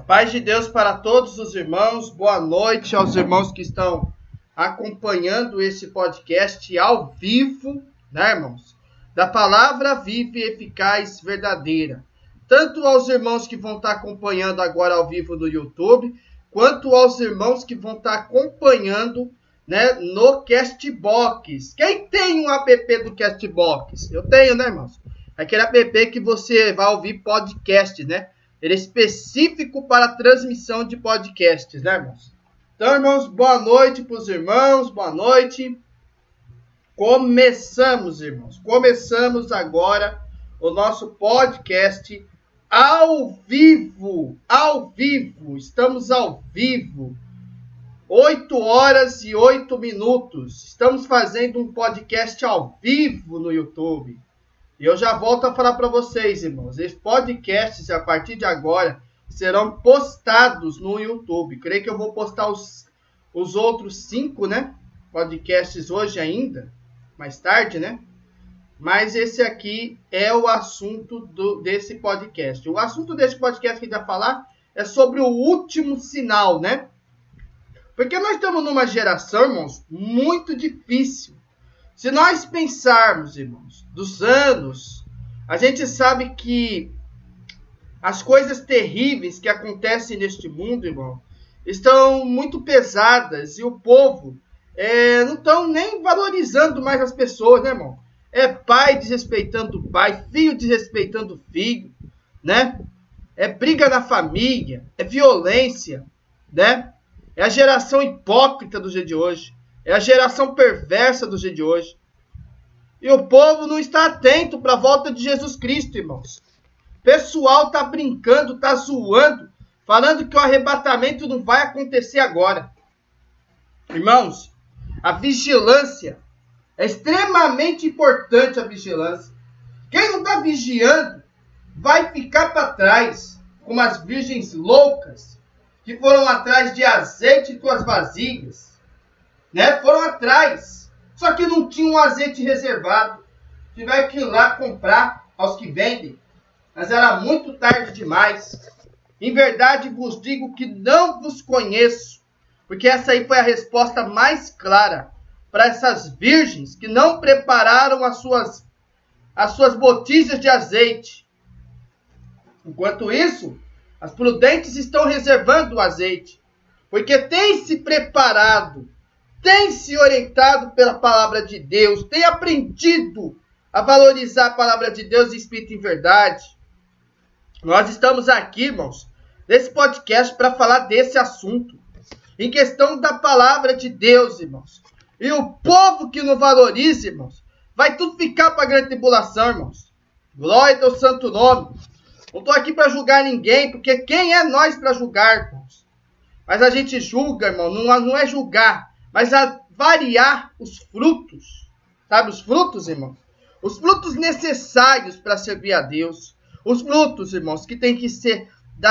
Paz de Deus para todos os irmãos, boa noite aos irmãos que estão acompanhando esse podcast ao vivo, né, irmãos? Da palavra viva e eficaz verdadeira. Tanto aos irmãos que vão estar acompanhando agora ao vivo no YouTube, quanto aos irmãos que vão estar acompanhando, né, no Castbox. Quem tem um app do Castbox? Eu tenho, né, irmãos? Aquele app que você vai ouvir podcast, né? Ele é específico para transmissão de podcasts, né, irmãos? Então, irmãos, boa noite para os irmãos, boa noite. Começamos, irmãos. Começamos agora o nosso podcast ao vivo. Ao vivo. Estamos ao vivo. 8 horas e 8 minutos. Estamos fazendo um podcast ao vivo no YouTube. E eu já volto a falar para vocês, irmãos. Esses podcasts, a partir de agora, serão postados no YouTube. Creio que eu vou postar os outros 5, né? Podcasts hoje ainda. Mais tarde, né? Mas esse aqui é o assunto desse podcast. O assunto desse podcast que a gente vai falar é sobre o último sinal, né? Porque nós estamos numa geração, irmãos, muito difícil. Se nós pensarmos, irmãos, dos anos, a gente sabe que as coisas terríveis que acontecem neste mundo, irmão, estão muito pesadas e o povo não estão nem valorizando mais as pessoas, né, irmão? É pai desrespeitando o pai, filho desrespeitando o filho, né? É briga na família, é violência, né? É a geração hipócrita do dia de hoje. É a geração perversa do dia de hoje. E o povo não está atento para a volta de Jesus Cristo, irmãos. O pessoal está brincando, está zoando, falando que o arrebatamento não vai acontecer agora. Irmãos, a vigilância é extremamente importante, a vigilância. Quem não está vigiando vai ficar para trás, como as virgens loucas que foram atrás de azeite em suas vasilhas. Né? Foram atrás, só que não tinha um azeite reservado. Tiveram que ir lá comprar aos que vendem, mas era muito tarde demais. Em verdade vos digo que não vos conheço, porque essa aí foi a resposta mais clara para essas virgens que não prepararam as suas botijas de azeite. Enquanto isso, as prudentes estão reservando o azeite, porque têm se preparado, tem se orientado pela palavra de Deus, tem aprendido a valorizar a palavra de Deus e Espírito em verdade. Nós estamos aqui, irmãos, nesse podcast para falar desse assunto, em questão da palavra de Deus, irmãos. E o povo que não valoriza, irmãos, vai tudo ficar para a grande tribulação, irmãos. Glória ao santo nome. Não estou aqui para julgar ninguém, porque quem é nós para julgar, irmãos? Mas a gente julga, irmão, não é julgar, mas a variar os frutos. Sabe os frutos, irmão? Os frutos necessários para servir a Deus. Os frutos, irmãos, que tem que ser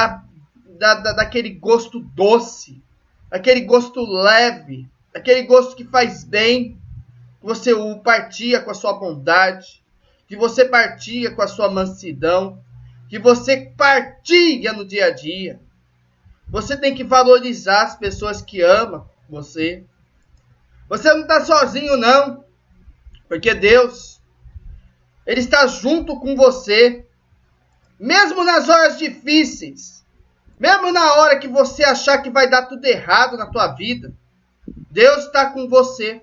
daquele gosto doce. Aquele gosto leve. Aquele gosto que faz bem. Que você o partilha com a sua bondade. Que você partilha com a sua mansidão. Que você partilha no dia a dia. Você tem que valorizar as pessoas que amam você. Você não está sozinho, não. Porque Deus, Ele está junto com você. Mesmo nas horas difíceis. Mesmo na hora que você achar que vai dar tudo errado na tua vida. Deus está com você.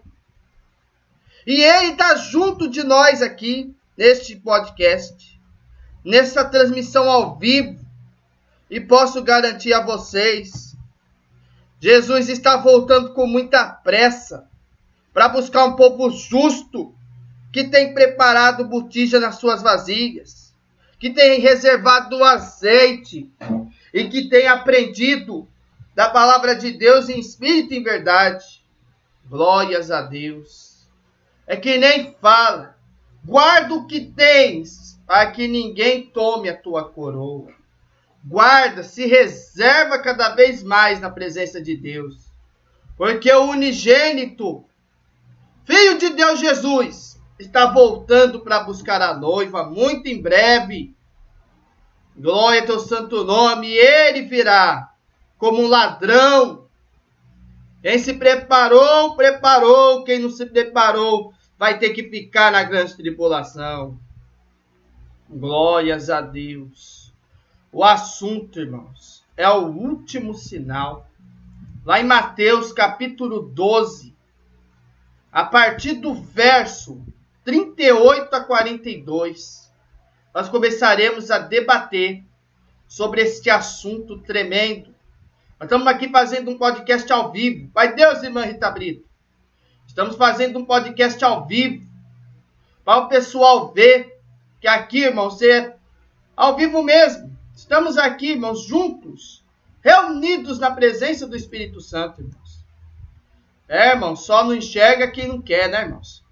E Ele está junto de nós aqui, neste podcast. Nessa transmissão ao vivo. E posso garantir a vocês, Jesus está voltando com muita pressa para buscar um povo justo, que tem preparado botija nas suas vasilhas, que tem reservado o azeite e que tem aprendido da palavra de Deus em espírito e em verdade. Glórias a Deus. É que nem fala, guarda o que tens, para que ninguém tome a tua coroa. Guarda, se reserva cada vez mais na presença de Deus. Porque o unigênito, Filho de Deus Jesus, está voltando para buscar a noiva muito em breve. Glória ao teu santo nome. E ele virá como um ladrão. Quem se preparou, preparou. Quem não se preparou, vai ter que ficar na grande tribulação. Glórias a Deus. O assunto, irmãos, é o último sinal. Lá em Mateus capítulo 12, a partir do verso 38 a 42, nós começaremos a debater sobre este assunto tremendo. Nós estamos aqui fazendo um podcast ao vivo. Pai Deus, irmã Rita Brito. Estamos fazendo um podcast ao vivo para o pessoal ver que aqui, irmãos, é ao vivo mesmo. Estamos aqui, irmãos, juntos, reunidos na presença do Espírito Santo, irmãos. Irmãos, só não enxerga quem não quer, né, irmãos?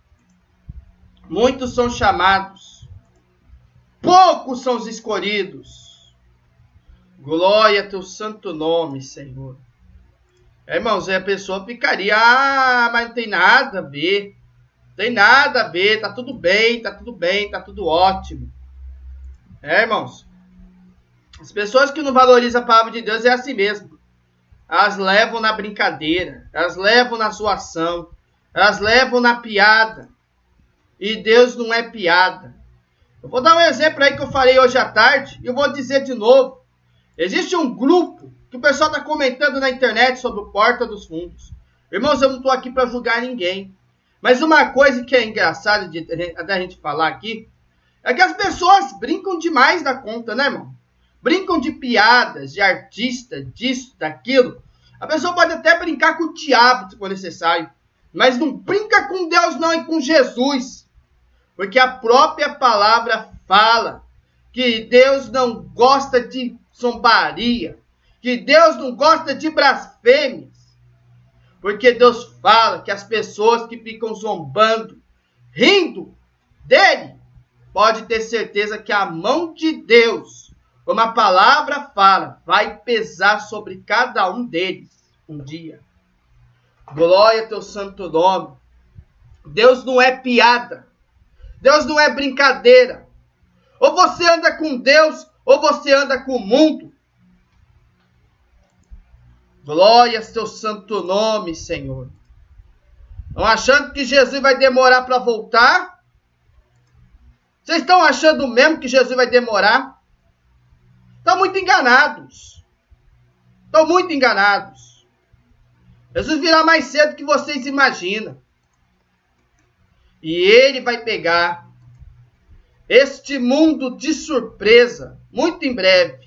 Muitos são chamados, poucos são os escolhidos. Glória a teu santo nome, Senhor. Irmãos, aí a pessoa ficaria, mas não tem nada a ver. Não tem nada a ver, tá tudo bem, tá tudo ótimo. Irmãos, as pessoas que não valorizam a palavra de Deus é assim mesmo. Elas levam na brincadeira, elas levam na zoação, elas levam na piada. E Deus não é piada. Eu vou dar um exemplo aí que eu falei hoje à tarde e eu vou dizer de novo. Existe um grupo que o pessoal está comentando na internet sobre o Porta dos Fundos. Irmãos, eu não estou aqui para julgar ninguém. Mas uma coisa que é engraçada da gente falar aqui é que as pessoas brincam demais da conta, né, irmão? Brincam de piadas, de artista, disso, daquilo. A pessoa pode até brincar com o diabo, se for necessário. Mas não brinca com Deus não e com Jesus. Porque a própria palavra fala que Deus não gosta de zombaria. Que Deus não gosta de blasfêmias. Porque Deus fala que as pessoas que ficam zombando, rindo dele, pode ter certeza que a mão de Deus, como a palavra fala, vai pesar sobre cada um deles um dia. Glória ao teu santo nome. Deus não é piada. Deus não é brincadeira. Ou você anda com Deus, ou você anda com o mundo. Glória ao teu santo nome, Senhor. Estão achando que Jesus vai demorar para voltar? Vocês estão achando mesmo que Jesus vai demorar? Estão muito enganados. Estão muito enganados. Jesus virá mais cedo que vocês imaginam. E ele vai pegar este mundo de surpresa, muito em breve.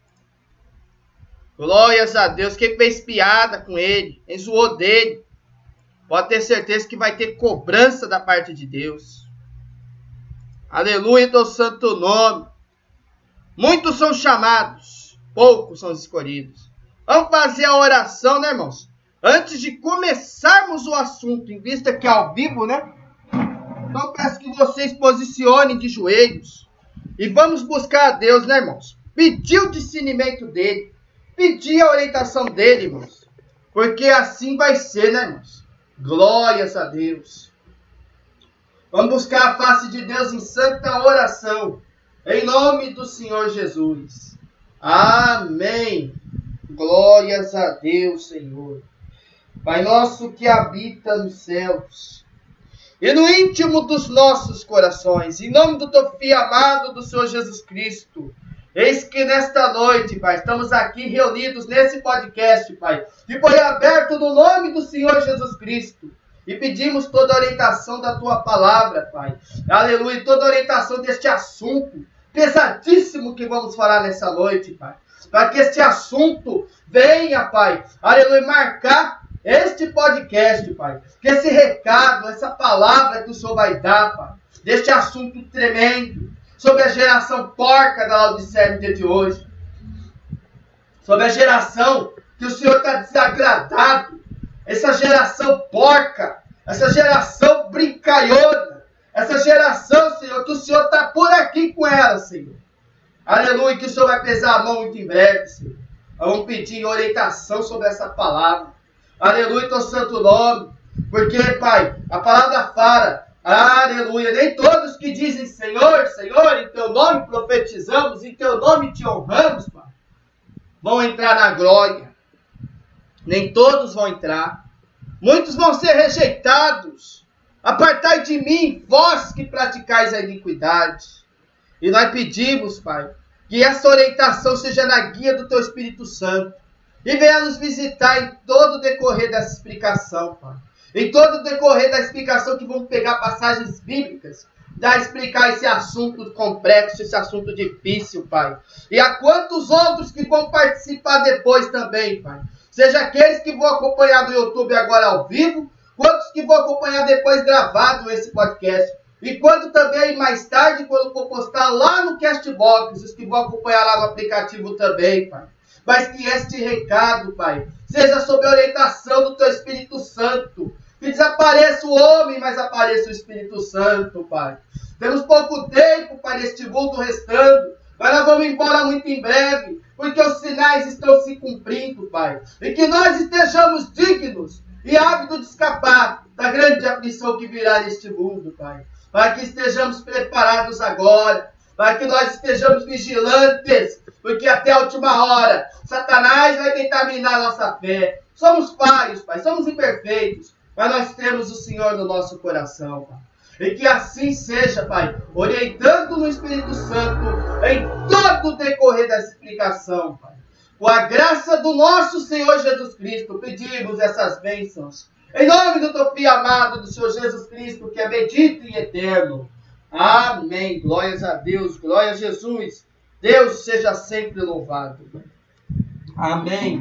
Glórias a Deus. Quem fez piada com ele, quem zoou dele, pode ter certeza que vai ter cobrança da parte de Deus. Aleluia, teu santo nome. Muitos são chamados, poucos são escolhidos. Vamos fazer a oração, né, irmãos? Antes de começarmos o assunto, em vista que é ao vivo, né? Então peço que vocês posicionem de joelhos e vamos buscar a Deus, né, irmãos? Pedir o discernimento dele, pedir a orientação dele, irmãos. Porque assim vai ser, né, irmãos? Glórias a Deus. Vamos buscar a face de Deus em santa oração. Em nome do Senhor Jesus. Amém. Glórias a Deus, Senhor. Pai nosso que habita nos céus e no íntimo dos nossos corações, em nome do teu Filho amado, do Senhor Jesus Cristo, eis que nesta noite, Pai, estamos aqui reunidos nesse podcast, Pai, que foi aberto no nome do Senhor Jesus Cristo. E pedimos toda a orientação da tua palavra, Pai. Aleluia, toda a orientação deste assunto pesadíssimo que vamos falar nessa noite, Pai. Para que este assunto venha, Pai, aleluia, marcar este podcast, Pai. Que esse recado, essa palavra que o Senhor vai dar, Pai, deste assunto tremendo, sobre a geração porca da Laodiceia no dia de hoje. Sobre a geração que o Senhor está desagradado. Essa geração porca, essa geração brincalhona, essa geração, Senhor, que o Senhor está por aqui com ela, Senhor. Aleluia, que o Senhor vai pesar a mão muito em breve, Senhor. Vamos pedir orientação sobre essa palavra. Aleluia, teu santo nome. Porque, Pai, a palavra fala, Aleluia. Nem todos que dizem Senhor, Senhor, em teu nome profetizamos, em teu nome te honramos, Pai, vão entrar na glória. Nem todos vão entrar. Muitos vão ser rejeitados. Apartai de mim, vós que praticais a iniquidade. E nós pedimos, Pai, que essa orientação seja na guia do teu Espírito Santo. E venha nos visitar em todo o decorrer dessa explicação, Pai. Em todo o decorrer da explicação que vamos pegar passagens bíblicas, para explicar esse assunto complexo, esse assunto difícil, Pai. E a quantos outros que vão participar depois também, Pai. Seja aqueles que vão acompanhar no YouTube agora ao vivo, quantos que vão acompanhar depois gravado esse podcast. E quanto também mais tarde, quando for postar lá no Castbox, os que vão acompanhar lá no aplicativo também, Pai. Mas que este recado, Pai, seja sob a orientação do Teu Espírito Santo. Que desapareça o homem, mas apareça o Espírito Santo, Pai. Temos pouco tempo para este mundo restando, mas nós vamos embora muito em breve, porque os sinais estão se cumprindo, Pai. E que nós estejamos dignos e ávidos de escapar da grande aflição que virá neste mundo, Pai. Para que estejamos preparados agora, para que nós estejamos vigilantes, porque até a última hora, Satanás vai tentar minar a nossa fé. Somos falhos, Pai, somos imperfeitos, mas nós temos o Senhor no nosso coração, Pai. E que assim seja, Pai, orientando no Espírito Santo em todo o decorrer dessa explicação, Pai. Com a graça do nosso Senhor Jesus Cristo, pedimos essas bênçãos. Em nome do teu Filho amado, do Senhor Jesus Cristo, que é bendito e eterno. Amém. Glórias a Deus, glória a Jesus. Deus seja sempre louvado. Amém.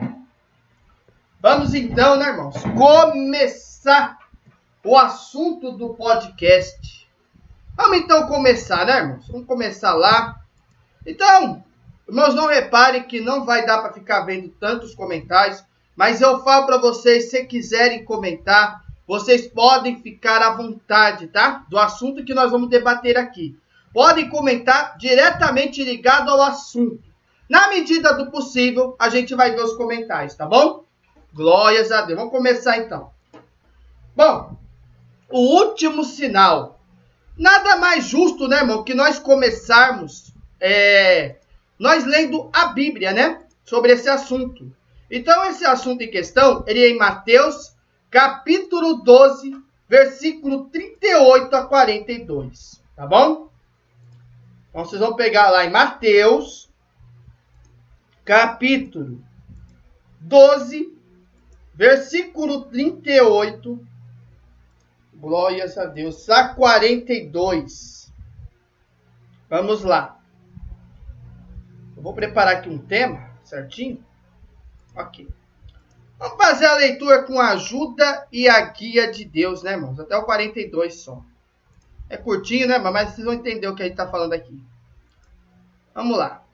Vamos então, né, irmãos, começar o assunto do podcast. Vamos então começar, né, irmãos? Vamos começar lá. Então, irmãos, não reparem que não vai dar para ficar vendo tantos comentários, mas eu falo para vocês, se quiserem comentar, vocês podem ficar à vontade, tá? Do assunto que nós vamos debater aqui. Podem comentar diretamente ligado ao assunto. Na medida do possível, a gente vai ver os comentários, tá bom? Glórias a Deus. Vamos começar então. Bom, o último sinal. Nada mais justo, né, irmão, que nós começarmos nós lendo a Bíblia, né, sobre esse assunto. Então, esse assunto em questão, ele é em Mateus, capítulo 12, versículo 38 a 42, tá bom? Então, vocês vão pegar lá em Mateus, capítulo 12, versículo 38, glórias a Deus, a 42. Vamos lá. Eu vou preparar aqui um tema, certinho? Ok. Vamos fazer a leitura com a ajuda e a guia de Deus, né, irmãos? Até o 42 só. É curtinho, né, mas vocês vão entender o que a gente está falando aqui. Vamos lá.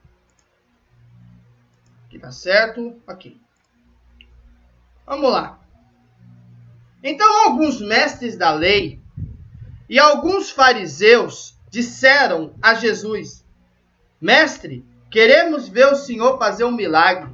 Aqui tá certo? Ok. Vamos lá. Então, alguns mestres da lei e alguns fariseus disseram a Jesus: Mestre, queremos ver o Senhor fazer um milagre.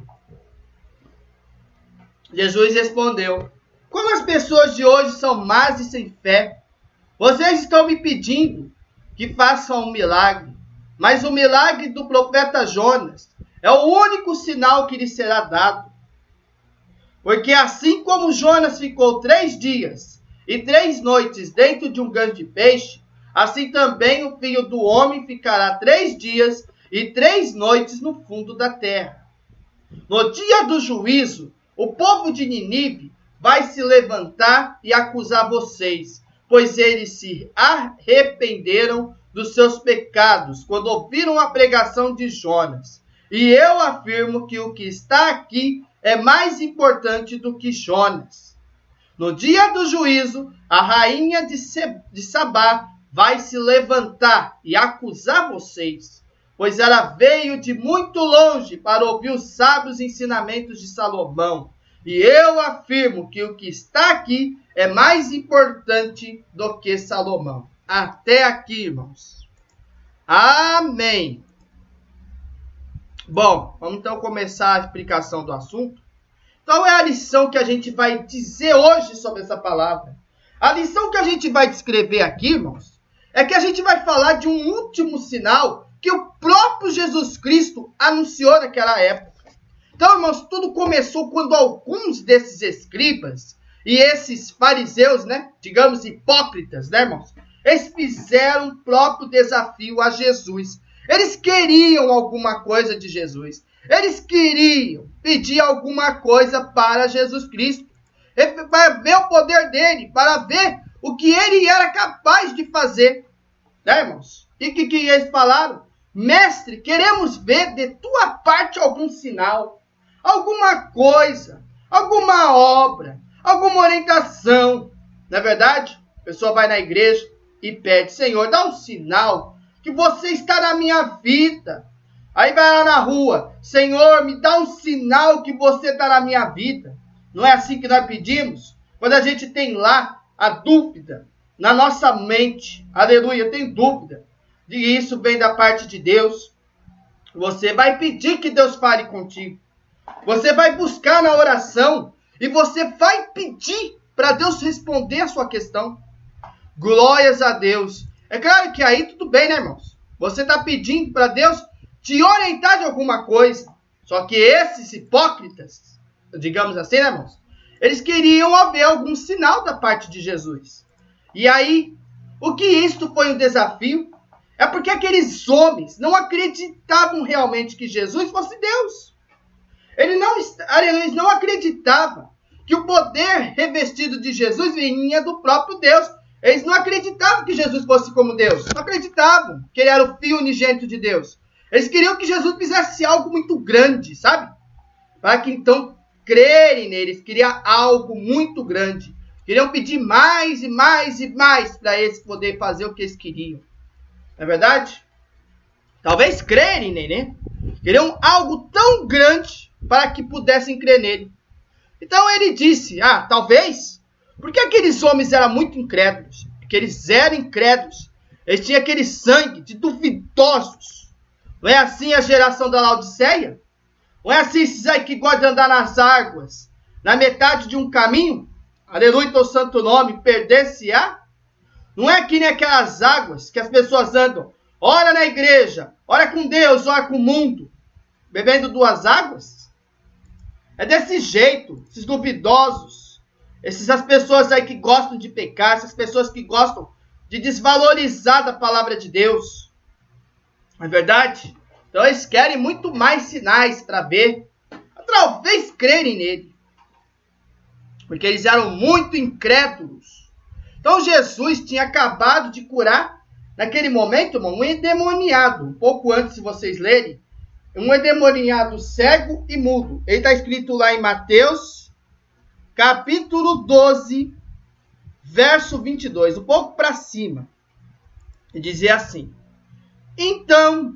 Jesus respondeu: Como as pessoas de hoje são más e sem fé, vocês estão me pedindo que façam um milagre. Mas o milagre do profeta Jonas é o único sinal que lhe será dado. Porque assim como Jonas ficou 3 dias e 3 noites dentro de um grande peixe, assim também o Filho do Homem ficará 3 dias e 3 noites no fundo da terra. No dia do juízo, o povo de Nínive vai se levantar e acusar vocês, pois eles se arrependeram dos seus pecados quando ouviram a pregação de Jonas. E eu afirmo que o que está aqui é mais importante do que Jonas. No dia do juízo, a rainha de Sabá vai se levantar e acusar vocês, pois ela veio de muito longe para ouvir os sábios ensinamentos de Salomão. E eu afirmo que o que está aqui é mais importante do que Salomão. Até aqui, irmãos. Amém. Bom, vamos então começar a explicação do assunto. Qual é a lição que a gente vai dizer hoje sobre essa palavra? A lição que a gente vai descrever aqui, irmãos, é que a gente vai falar de um último sinal que o próprio Jesus Cristo anunciou naquela época. Então, irmãos, tudo começou quando alguns desses escribas e esses fariseus, né, digamos hipócritas, né, irmãos, eles fizeram o próprio desafio a Jesus. Eles queriam alguma coisa de Jesus. Eles queriam pedir alguma coisa para Jesus Cristo. Para ver o poder dele, para ver o que ele era capaz de fazer. Né, irmãos? E o que eles falaram? Mestre, queremos ver de tua parte algum sinal, alguma coisa, alguma obra, alguma orientação. Não é verdade? A pessoa vai na igreja e pede, Senhor, dá um sinal que você está na minha vida. Aí vai lá na rua, Senhor, me dá um sinal que você está na minha vida. Não é assim que nós pedimos? Quando a gente tem lá a dúvida na nossa mente, aleluia, eu tenho dúvida de que isso vem da parte de Deus. Você vai pedir que Deus fale contigo. Você vai buscar na oração e você vai pedir para Deus responder a sua questão. Glórias a Deus. É claro que aí tudo bem, né, irmãos? Você está pedindo para Deus te orientar de alguma coisa. Só que esses hipócritas, digamos assim, né, irmãos? Eles queriam haver algum sinal da parte de Jesus. E aí, o que isto foi um desafio? É porque aqueles homens não acreditavam realmente que Jesus fosse Deus. Eles não acreditavam que o poder revestido de Jesus vinha do próprio Deus. Eles não acreditavam que Jesus fosse como Deus. Não acreditavam que ele era o Filho unigênito de Deus. Eles queriam que Jesus fizesse algo muito grande, sabe? Para que então crerem nele. Eles queriam algo muito grande. Queriam pedir mais e mais e mais para eles poderem fazer o que eles queriam. Não é verdade? Talvez crerem nele, né? Queriam algo tão grande para que pudessem crer nele. Então ele disse, talvez, porque aqueles homens eram muito incrédulos. Porque eles eram incrédulos. Eles tinham aquele sangue de duvidosos. Não é assim a geração da Laodiceia? Não é assim esses aí que gostam de andar nas águas, na metade de um caminho? Aleluia, teu santo nome, perder-se-á? Não é que nem aquelas águas que as pessoas andam, ora na igreja, ora com Deus, ora com o mundo, bebendo duas águas? É desse jeito, esses duvidosos, essas pessoas aí que gostam de pecar, essas pessoas que gostam de desvalorizar da palavra de Deus. Não é verdade? Então eles querem muito mais sinais para ver, talvez crerem nele. Porque eles eram muito incrédulos. Então Jesus tinha acabado de curar, naquele momento, irmão, um endemoniado. Um pouco antes, se vocês lerem, um endemoniado cego e mudo. Ele está escrito lá em Mateus, capítulo 12, verso 22. Um pouco para cima. E dizia assim: então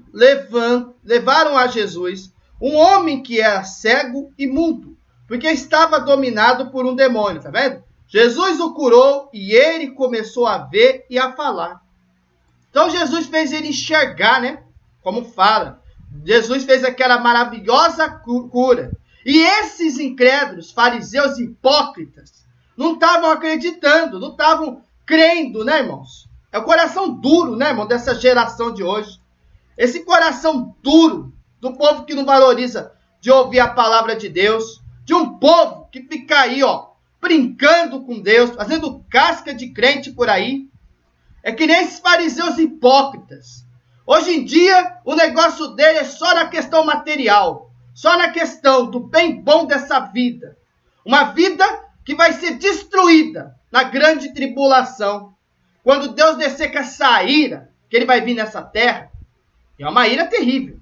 levaram a Jesus um homem que era cego e mudo, porque estava dominado por um demônio, tá vendo? Jesus o curou e ele começou a ver e a falar. Então Jesus fez ele enxergar, né? Como fala. Jesus fez aquela maravilhosa cura. E esses incrédulos, fariseus hipócritas, não estavam acreditando, não estavam crendo, né, irmãos? É o coração duro, né, irmão, dessa geração de hoje. Esse coração duro do povo que não valoriza de ouvir a palavra de Deus. De um povo que fica aí, brincando com Deus, fazendo casca de crente por aí. É que nem esses fariseus hipócritas. Hoje em dia, o negócio dele é só na questão material. Só na questão do bem bom dessa vida. Uma vida que vai ser destruída na grande tribulação. Quando Deus descer com essa ira, que ele vai vir nessa terra, é uma ira terrível.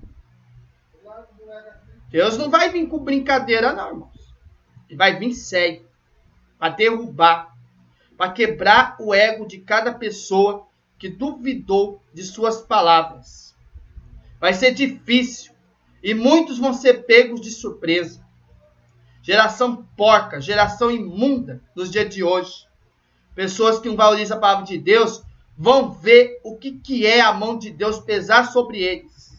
Deus não vai vir com brincadeira, não, irmãos. Ele vai vir sério, para derrubar, para quebrar o ego de cada pessoa que duvidou de suas palavras. Vai ser difícil e muitos vão ser pegos de surpresa. Geração porca, geração imunda nos dias de hoje. Pessoas que não valorizam a palavra de Deus vão ver o que é a mão de Deus pesar sobre eles.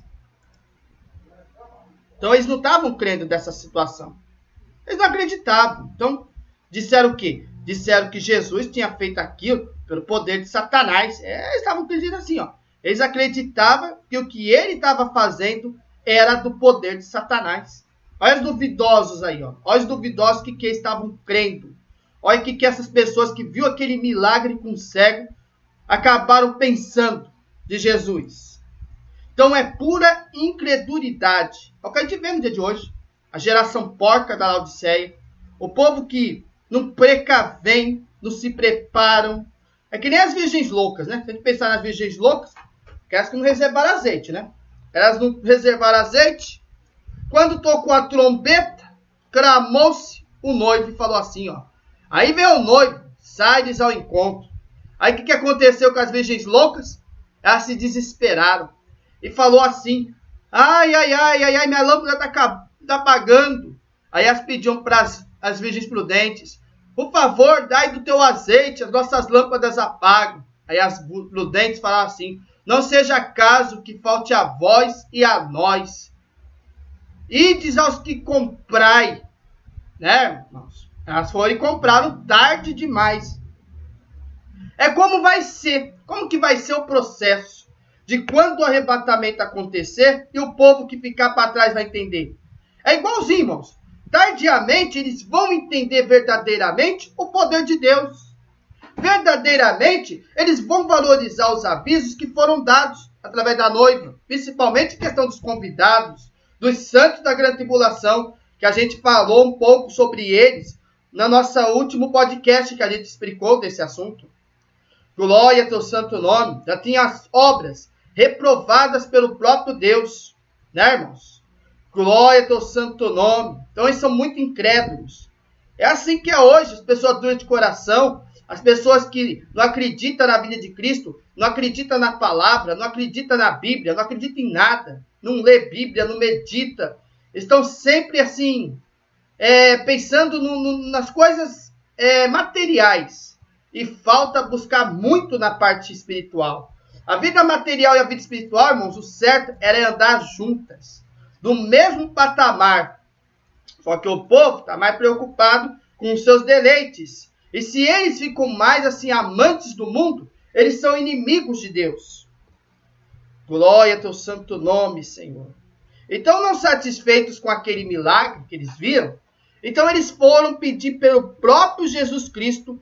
Então eles não estavam crendo nessa situação. Eles não acreditavam. Então disseram o quê? disseram que Jesus tinha feito aquilo pelo poder de Satanás. Eles estavam acreditando assim, ó. Eles acreditavam que o que ele estava fazendo era do poder de Satanás. Olha os duvidosos aí, ó. Olha os duvidosos que estavam crendo. Olha o que essas pessoas que viu aquele milagre com o cego acabaram pensando de Jesus. Então é pura incredulidade. É o que a gente vê no dia de hoje. A geração porca da Laodiceia. O povo que não precavém, não se preparam. É que nem as virgens loucas, né? Se a gente pensar nas virgens loucas, aquelas que não reservaram azeite, né? Elas não reservaram azeite. Quando tocou a trombeta, clamou-se o noivo e falou assim, ó. Aí veio o noivo, sai-lhes ao encontro. Aí o que aconteceu com as virgens loucas? Elas se desesperaram. E falou assim, ai, minha lâmpada está apagando. Aí elas pediam para as virgens prudentes, por favor, dai do teu azeite, as nossas lâmpadas apagam. Aí as prudentes falaram assim, não seja caso que falte a vós e a nós. Ides aos que comprai, né, irmãos? Elas foram e compraram tarde demais. É como vai ser, como que vai ser o processo de quando o arrebatamento acontecer e o povo que ficar para trás vai entender. É igualzinho, irmãos. Tardiamente eles vão entender verdadeiramente o poder de Deus. Verdadeiramente eles vão valorizar os avisos que foram dados através da noiva, principalmente a questão dos convidados, dos santos da grande tribulação, que a gente falou um pouco sobre eles no nosso último podcast que a gente explicou desse assunto. Glória ao teu santo nome. Já tinha as obras reprovadas pelo próprio Deus, né, irmãos? Glória ao teu santo nome. Então eles são muito incrédulos. É assim que é hoje, as pessoas duras de coração, as pessoas que não acreditam na vida de Cristo, não acreditam na palavra, não acreditam na Bíblia, não acreditam em nada, não lê Bíblia, não medita, estão sempre assim, pensando nas coisas materiais, e falta buscar muito na parte espiritual. A vida material e a vida espiritual, irmãos, o certo era andar juntas, no mesmo patamar. Só que o povo está mais preocupado com os seus deleites. E se eles ficam mais assim amantes do mundo, eles são inimigos de Deus. Glória ao teu santo nome, Senhor. Então, não satisfeitos com aquele milagre que eles viram, então eles foram pedir pelo próprio Jesus Cristo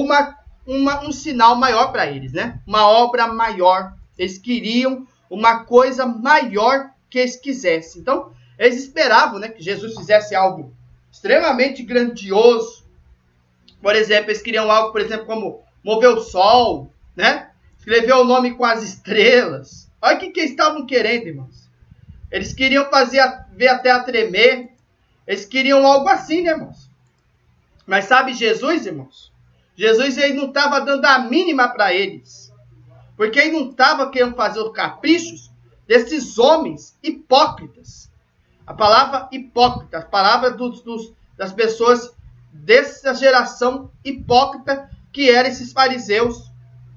um sinal maior para eles, né? Uma obra maior. Eles queriam uma coisa maior que eles quisessem. Então, eles esperavam, né, que Jesus fizesse algo extremamente grandioso. Por exemplo, eles queriam algo, por exemplo, como mover o sol, né? Escrever o nome com as estrelas. Olha o que eles estavam querendo, irmãos. Eles queriam ver a terra tremer. Eles queriam algo assim, né, irmãos? Mas sabe Jesus, irmãos? Jesus, ele não estava dando a mínima para eles. Porque ele não estava querendo fazer os caprichos desses homens hipócritas. A palavra hipócrita, a palavra das pessoas dessa geração hipócrita que eram esses fariseus.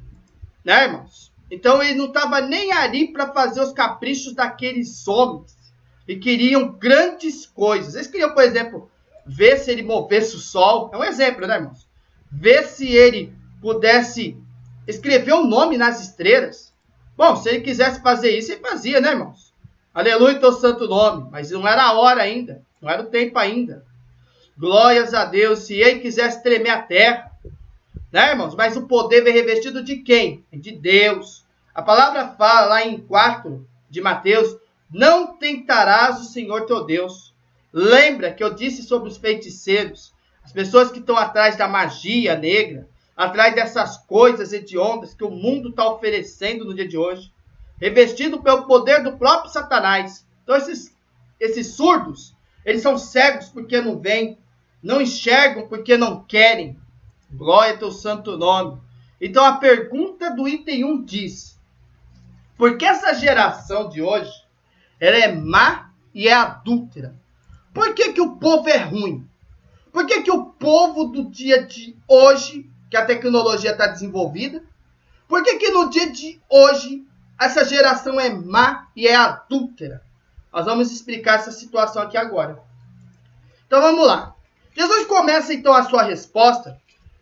Né, irmãos? Então ele não estava nem ali para fazer os caprichos daqueles homens. E queriam grandes coisas. Eles queriam, por exemplo, ver se ele movesse o sol. É um exemplo, né, irmãos? Ver se ele pudesse escrever o nome nas estrelas. Bom, se ele quisesse fazer isso, ele fazia, né, irmãos? Aleluia, teu santo nome. Mas não era a hora ainda. Não era o tempo ainda. Glórias a Deus. Se ele quisesse tremer a terra. Né, irmãos? Mas o poder veio revestido de quem? De Deus. A palavra fala lá em 4 de Mateus. Não tentarás o Senhor teu Deus. Lembra que eu disse sobre os feiticeiros. As pessoas que estão atrás da magia negra. Atrás dessas coisas hediondas que o mundo está oferecendo no dia de hoje. Revestido pelo poder do próprio Satanás. Então esses surdos, eles são cegos porque não veem. Não enxergam porque não querem. Glória ao teu santo nome. Então a pergunta do item 1 diz: por que essa geração de hoje ela é má e é adúltera? Por que o povo é ruim? Por que o povo do dia de hoje, que a tecnologia está desenvolvida, por que no dia de hoje essa geração é má e é adúltera? Nós vamos explicar essa situação aqui agora. Então vamos lá. Jesus começa então a sua resposta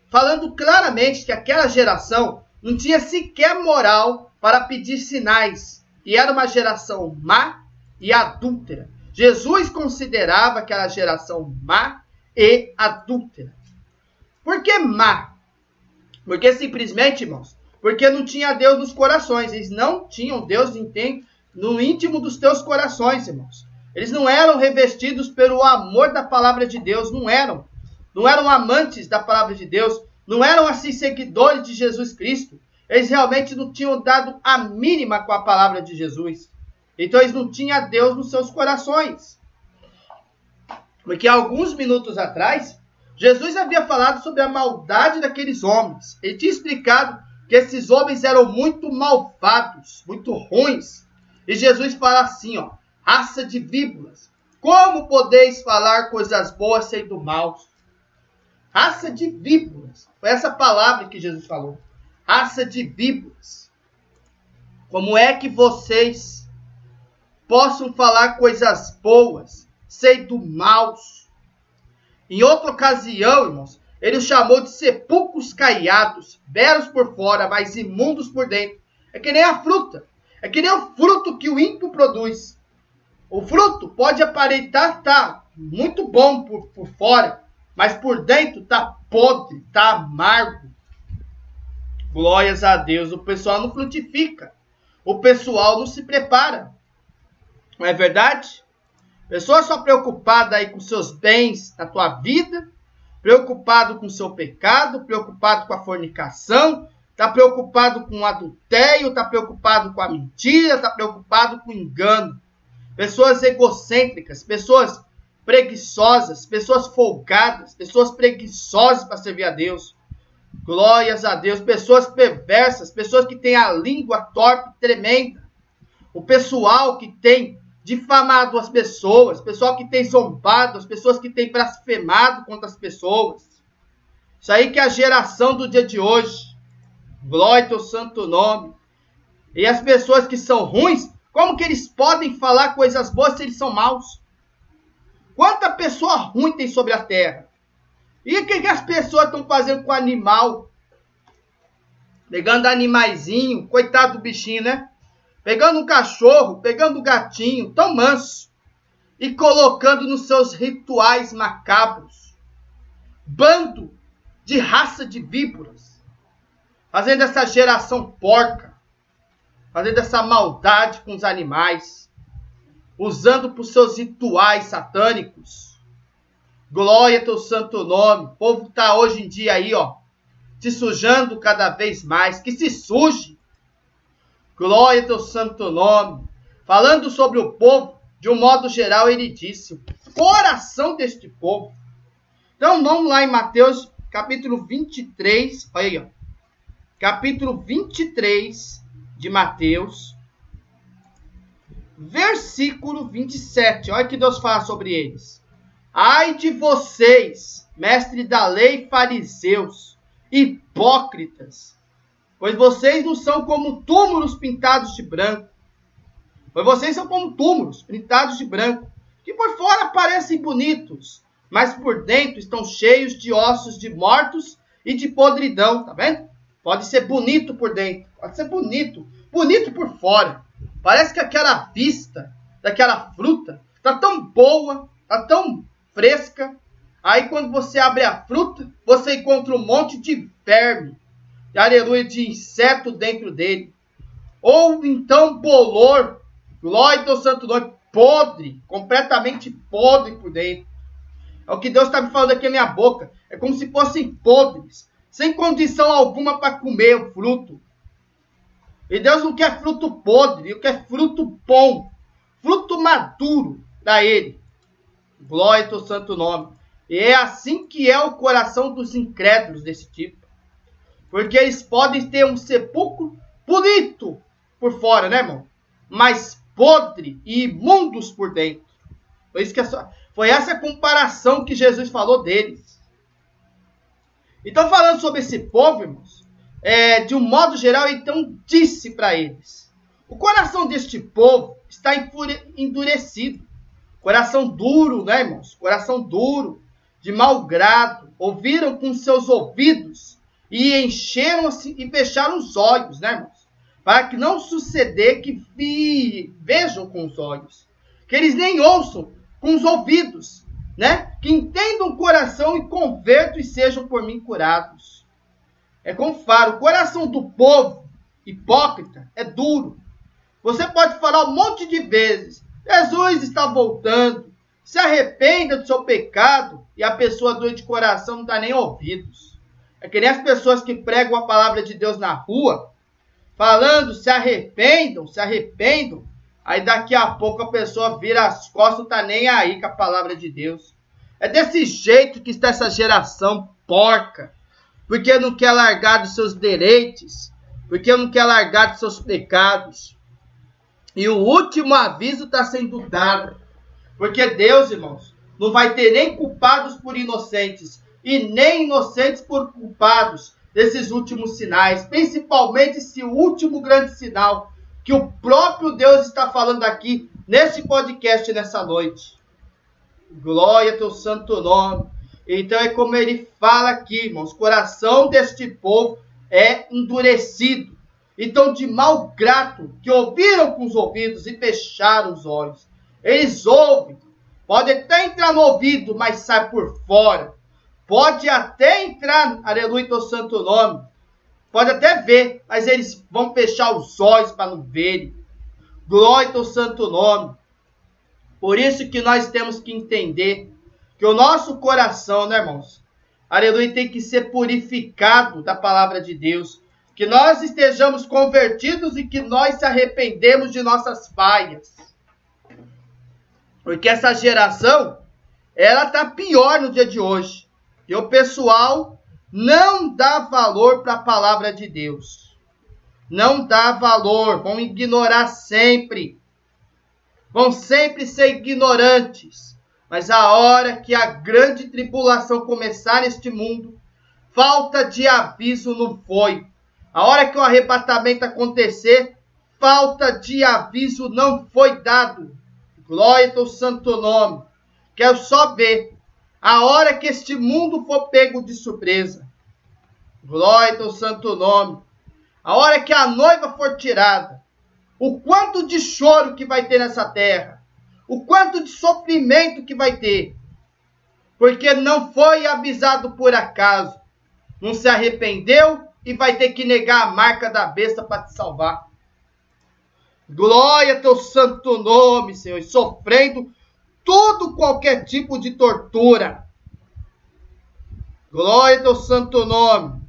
falando claramente que aquela geração não tinha sequer moral para pedir sinais, e era uma geração má e adúltera. Jesus considerava aquela geração má e adúltera. Por que má? Porque simplesmente, irmãos, porque não tinha Deus nos corações. Eles não tinham Deus no íntimo dos teus corações, irmãos. Eles não eram revestidos pelo amor da palavra de Deus, não eram. Não eram amantes da palavra de Deus, não eram assim seguidores de Jesus Cristo. Eles realmente não tinham dado a mínima com a palavra de Jesus. Então eles não tinham Deus nos seus corações. Porque alguns minutos atrás, Jesus havia falado sobre a maldade daqueles homens. Ele tinha explicado que esses homens eram muito malvados, muito ruins. E Jesus fala assim, ó, raça de víboras, como podeis falar coisas boas sendo maus? Raça de víboras. Foi essa palavra que Jesus falou. Raça de víboras. Como é que vocês possam falar coisas boas sendo maus? Em outra ocasião, irmãos, ele os chamou de sepulcros caiados, belos por fora, mas imundos por dentro. É que nem a fruta. É que nem o fruto que o ímpio produz. O fruto pode aparentar estar muito bom por fora, mas por dentro está podre, está amargo. Glórias a Deus. O pessoal não frutifica. O pessoal não se prepara. Não é verdade? Pessoa só preocupada aí com seus bens na tua vida, preocupado com o seu pecado, preocupado com a fornicação, está preocupado com o adultério, está preocupado com a mentira, está preocupado com o engano. Pessoas egocêntricas, pessoas preguiçosas, pessoas folgadas, pessoas preguiçosas para servir a Deus. Glórias a Deus. Pessoas perversas, pessoas que têm a língua torpe tremenda. O pessoal que tem difamado as pessoas, pessoal que tem zombado, as pessoas que têm blasfemado contra as pessoas. Isso aí que é a geração do dia de hoje. Glória ao teu santo nome. E as pessoas que são ruins, como que eles podem falar coisas boas se eles são maus? Quanta pessoa ruim tem sobre a terra? E o que as pessoas estão fazendo com o animal? Pegando animaizinho, coitado do bichinho, né? Pegando um cachorro, pegando um gatinho, tão manso, e colocando nos seus rituais macabros. Bando de raça de víboras. Fazendo essa geração porca. Fazendo essa maldade com os animais. Usando para os seus rituais satânicos. Glória ao teu santo nome. O povo está hoje em dia aí, ó, se sujando cada vez mais. Que se suje. Glória ao teu santo nome. Falando sobre o povo, de um modo geral, ele disse, o coração deste povo. Então, vamos lá em Mateus, capítulo 23. Olha aí, ó. Capítulo 23 de Mateus. Versículo 27. Olha o que Deus fala sobre eles. Ai de vocês, mestres da lei, fariseus, hipócritas, pois vocês não são como túmulos pintados de branco. Pois vocês são como túmulos pintados de branco, que por fora parecem bonitos, mas por dentro estão cheios de ossos de mortos e de podridão, tá vendo? Pode ser bonito por dentro, pode ser bonito, bonito por fora. Parece que aquela vista daquela fruta tá tão boa, tá tão fresca. Aí quando você abre a fruta, você encontra um monte de verme, aleluia, de inseto dentro dele. Ou então bolor, glória ao santo nome, podre, completamente podre por dentro. É o que Deus está me falando aqui na minha boca. É como se fossem podres, sem condição alguma para comer o fruto. E Deus não quer fruto podre, Ele quer fruto bom, fruto maduro para Ele. Glória ao teu santo nome. E é assim que é o coração dos incrédulos desse tipo. Porque eles podem ter um sepulcro bonito por fora, né, irmão? Mas podre e imundos por dentro. Foi essa comparação que Jesus falou deles. Então, falando sobre esse povo, irmãos, de um modo geral, então disse para eles: o coração deste povo está endurecido. Coração duro, né, irmãos? Coração duro. de mau grado, ouviram com seus ouvidos e encheram-se e fecharam os olhos, né, irmãos? Para que não suceder que vejam com os olhos, que eles nem ouçam com os ouvidos, né? Que entendam o coração e convertam e sejam por mim curados. É como falo, o coração do povo hipócrita é duro. Você pode falar um monte de vezes, Jesus está voltando, se arrependa do seu pecado, e a pessoa doida de coração não dá nem ouvidos. É que nem as pessoas que pregam a palavra de Deus na rua, falando, se arrependam, aí daqui a pouco a pessoa vira as costas, não está nem aí com a palavra de Deus. É desse jeito que está essa geração porca, porque não quer largar dos seus deleites, porque não quer largar dos seus pecados. E o último aviso está sendo dado, porque Deus, irmãos, não vai ter nem culpados por inocentes, e nem inocentes por culpados desses últimos sinais, principalmente esse último grande sinal, que o próprio Deus está falando aqui, nesse podcast, nessa noite. Glória ao teu santo nome. Então é como ele fala aqui, irmãos, o coração deste povo é endurecido. Então, de mau grato, que ouviram com os ouvidos e fecharam os olhos. Eles ouvem, pode até entrar no ouvido, mas sai por fora. Pode até entrar, aleluia, teu santo nome. Pode até ver, mas eles vão fechar os olhos para não verem. Glória ao teu santo nome. Por isso que nós temos que entender que o nosso coração, né, irmãos? Aleluia, tem que ser purificado da palavra de Deus. Que nós estejamos convertidos e que nós se arrependemos de nossas falhas. Porque essa geração, ela está pior no dia de hoje. E o pessoal não dá valor para a palavra de Deus. Não dá valor. Vão ignorar sempre. Vão sempre ser ignorantes. Mas a hora que a grande tribulação começar neste mundo, falta de aviso não foi. A hora que o arrebatamento acontecer, falta de aviso não foi dado. Glória ao teu santo nome. Quero só ver a hora que este mundo for pego de surpresa. Glória ao teu santo nome. A hora que a noiva for tirada. O quanto de choro que vai ter nessa terra. O quanto de sofrimento que vai ter. Porque não foi avisado por acaso. Não se arrependeu e vai ter que negar a marca da besta para te salvar. Glória ao teu santo nome, Senhor. E sofrendo qualquer tipo de tortura. Glória ao teu santo nome.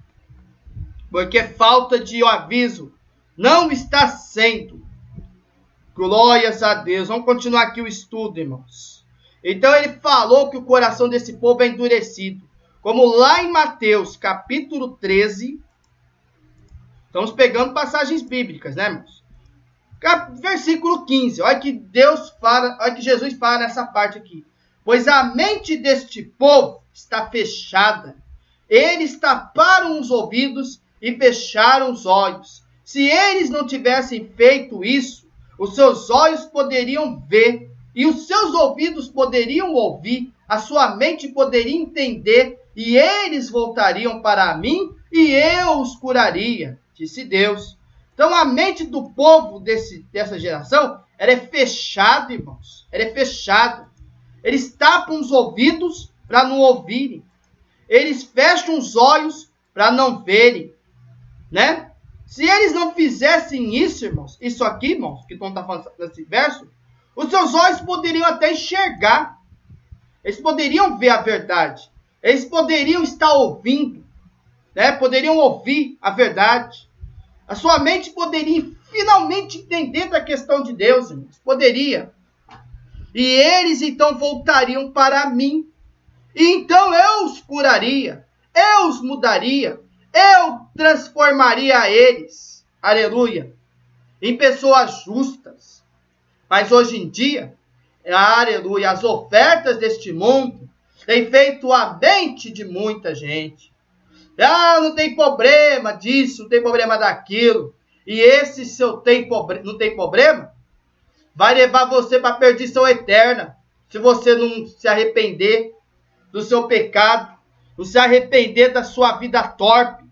Porque falta de aviso não está sendo. Glórias a Deus. Vamos continuar aqui o estudo, irmãos. Então ele falou que o coração desse povo é endurecido. Como lá em Mateus, capítulo 13. Estamos pegando passagens bíblicas, né, irmãos? Versículo 15. Olha que Deus fala, olha que Jesus fala nessa parte aqui. Pois a mente deste povo está fechada. Eles taparam os ouvidos e fecharam os olhos. Se eles não tivessem feito isso, os seus olhos poderiam ver e os seus ouvidos poderiam ouvir, a sua mente poderia entender e eles voltariam para mim e eu os curaria, disse Deus. Então a mente do povo dessa geração, ela é fechada, irmãos. Ela é fechada. Eles tapam os ouvidos para não ouvirem. Eles fecham os olhos para não verem, né? Se eles não fizessem isso, irmãos, isso aqui, irmãos, que estão falando nesse verso, os seus olhos poderiam até enxergar. Eles poderiam ver a verdade. Eles poderiam estar ouvindo, né? Poderiam ouvir a verdade. A sua mente poderia finalmente entender da questão de Deus, irmãos. Poderia. E eles então voltariam para mim. E então eu os curaria. Eu os mudaria. Eu transformaria eles. Aleluia. Em pessoas justas. Mas hoje em dia, aleluia, as ofertas deste mundo têm feito a mente de muita gente. Ah, não tem problema disso, não tem problema daquilo. E esse seu não tem problema, vai levar você para a perdição eterna. Se você não se arrepender. do seu pecado, não se arrepender da sua vida torpe.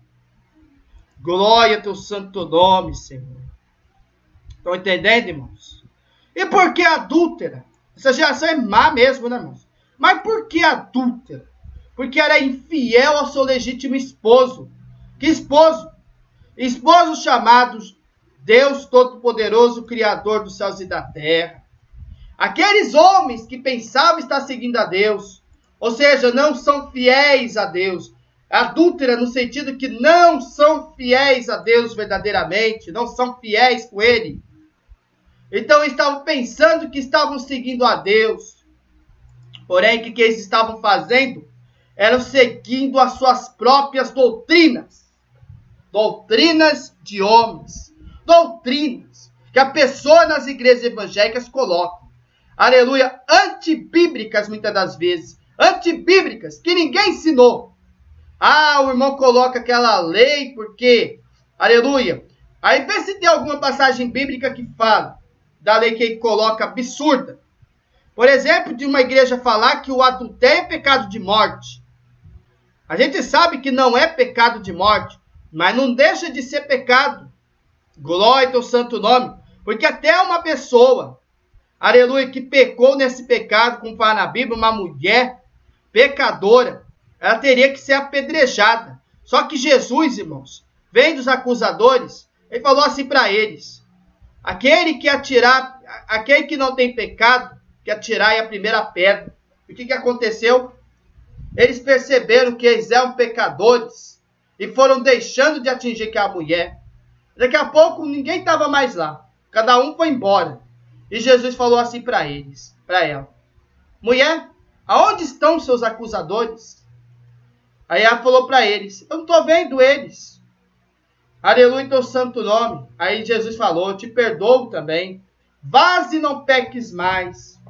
Glória ao teu santo nome, Senhor. Estão entendendo, irmãos? E por que adúltera? Essa geração é má mesmo, né, irmãos? Mas por que adúltera? Porque era infiel ao seu legítimo esposo. Que esposo? Esposo chamado Deus Todo-Poderoso, Criador dos céus e da terra. Aqueles homens que pensavam estar seguindo a Deus, ou seja, não são fiéis a Deus. Adúltera no sentido que não são fiéis a Deus verdadeiramente, não são fiéis com Ele. Então estavam pensando que estavam seguindo a Deus. Porém, o que eles estavam fazendo? Eram seguindo as suas próprias doutrinas. Doutrinas de homens. Doutrinas que a pessoa nas igrejas evangélicas coloca. Aleluia. Antibíblicas muitas das vezes. Antibíblicas que ninguém ensinou. Ah, o irmão coloca aquela lei porque... Aleluia. Aí vê se tem alguma passagem bíblica que fala da lei que ele coloca absurda. Por exemplo, de uma igreja falar que o adultério é pecado de morte. A gente sabe que não é pecado de morte, mas não deixa de ser pecado. Glória ao teu santo nome. Porque até uma pessoa, aleluia, que pecou nesse pecado, como fala na Bíblia, uma mulher pecadora, ela teria que ser apedrejada. Só que Jesus, irmãos, vem dos acusadores, ele falou assim para eles: aquele que não tem pecado, que atirar a primeira pedra. E o que aconteceu? Eles perceberam que eles eram pecadores e foram deixando de atingir aquela mulher. Daqui a pouco ninguém estava mais lá. Cada um foi embora. E Jesus falou assim para ela: mulher, aonde estão seus acusadores? Aí ela falou para eles: eu não estou vendo eles. Aleluia, teu santo nome. Aí Jesus falou: eu te perdoo também. Vaze e não peques mais.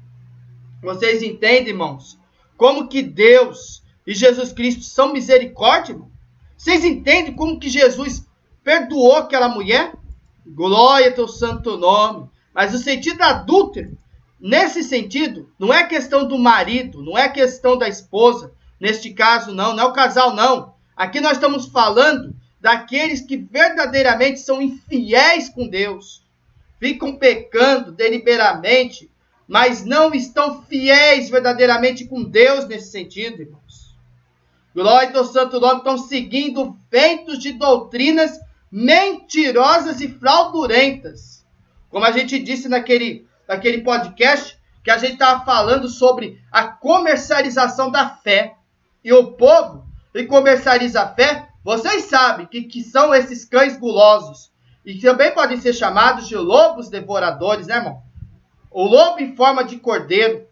Vocês entendem, irmãos? Como que Deus e Jesus Cristo são misericórdia, irmão? Vocês entendem como que Jesus perdoou aquela mulher? Glória ao teu santo nome. Mas o sentido adúltero, nesse sentido, não é questão do marido, não é questão da esposa. Neste caso, não é o casal, não. Aqui nós estamos falando daqueles que verdadeiramente são infiéis com Deus. Ficam pecando deliberadamente, mas não estão fiéis verdadeiramente com Deus nesse sentido, irmãos. Glória ao teu santo nome. Estão seguindo ventos de doutrinas mentirosas e fraudulentas. Como a gente disse naquele podcast, que a gente estava falando sobre a comercialização da fé. E o povo que comercializa a fé, vocês sabem que são esses cães gulosos. E também podem ser chamados de lobos devoradores, né, irmão? O lobo em forma de cordeiro.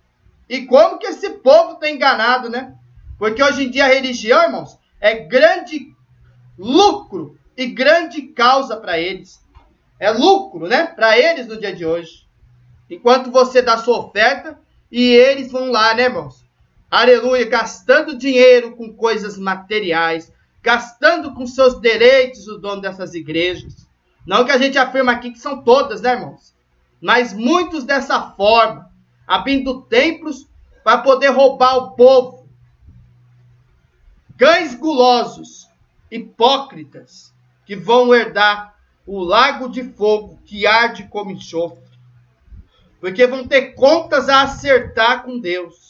E como que esse povo está enganado, né? Porque hoje em dia a religião, irmãos, é grande lucro e grande causa para eles. É lucro, né? Para eles no dia de hoje. Enquanto você dá sua oferta e eles vão lá, né, irmãos? Aleluia, gastando dinheiro com coisas materiais, gastando com seus direitos o dono dessas igrejas. Não que a gente afirma aqui que são todas, né, irmãos? Mas muitos dessa forma, abrindo templos para poder roubar o povo. Cães gulosos, hipócritas, que vão herdar o lago de fogo que arde como enxofre. Porque vão ter contas a acertar com Deus.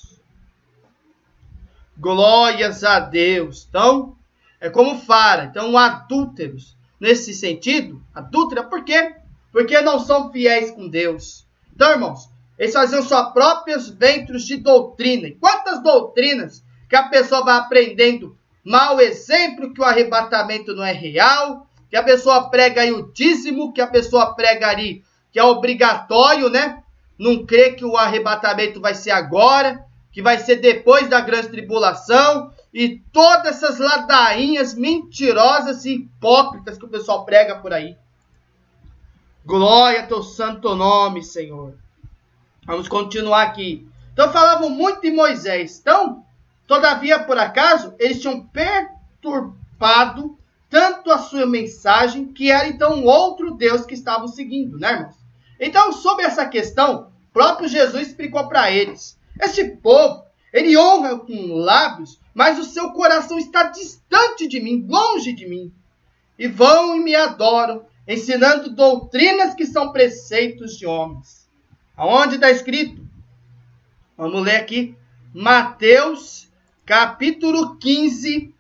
Glórias a Deus. Então, é como fala. Então, adúlteros, nesse sentido, adúltera, por quê? Porque não são fiéis com Deus. Então, irmãos, eles faziam suas próprias ventos de doutrina. E quantas doutrinas que a pessoa vai aprendendo? Mau exemplo, que o arrebatamento não é real, que a pessoa prega aí o dízimo, que a pessoa prega ali que é obrigatório, né? Não crê que o arrebatamento vai ser agora, que vai ser depois da grande tribulação, e todas essas ladainhas mentirosas e hipócritas que o pessoal prega por aí. Glória ao teu santo nome, Senhor. Vamos continuar aqui. Então falavam muito de Moisés. Então, todavia, por acaso, eles tinham perturbado tanto a sua mensagem, que era então um outro Deus que estavam seguindo, né, irmãos? Então, sobre essa questão, o próprio Jesus explicou para eles. Esse povo, Ele honra com lábios, mas o seu coração está distante de mim, longe de mim. E vão e me adoram, ensinando doutrinas que são preceitos de homens. Aonde está escrito? Vamos ler aqui. Mateus, capítulo 15,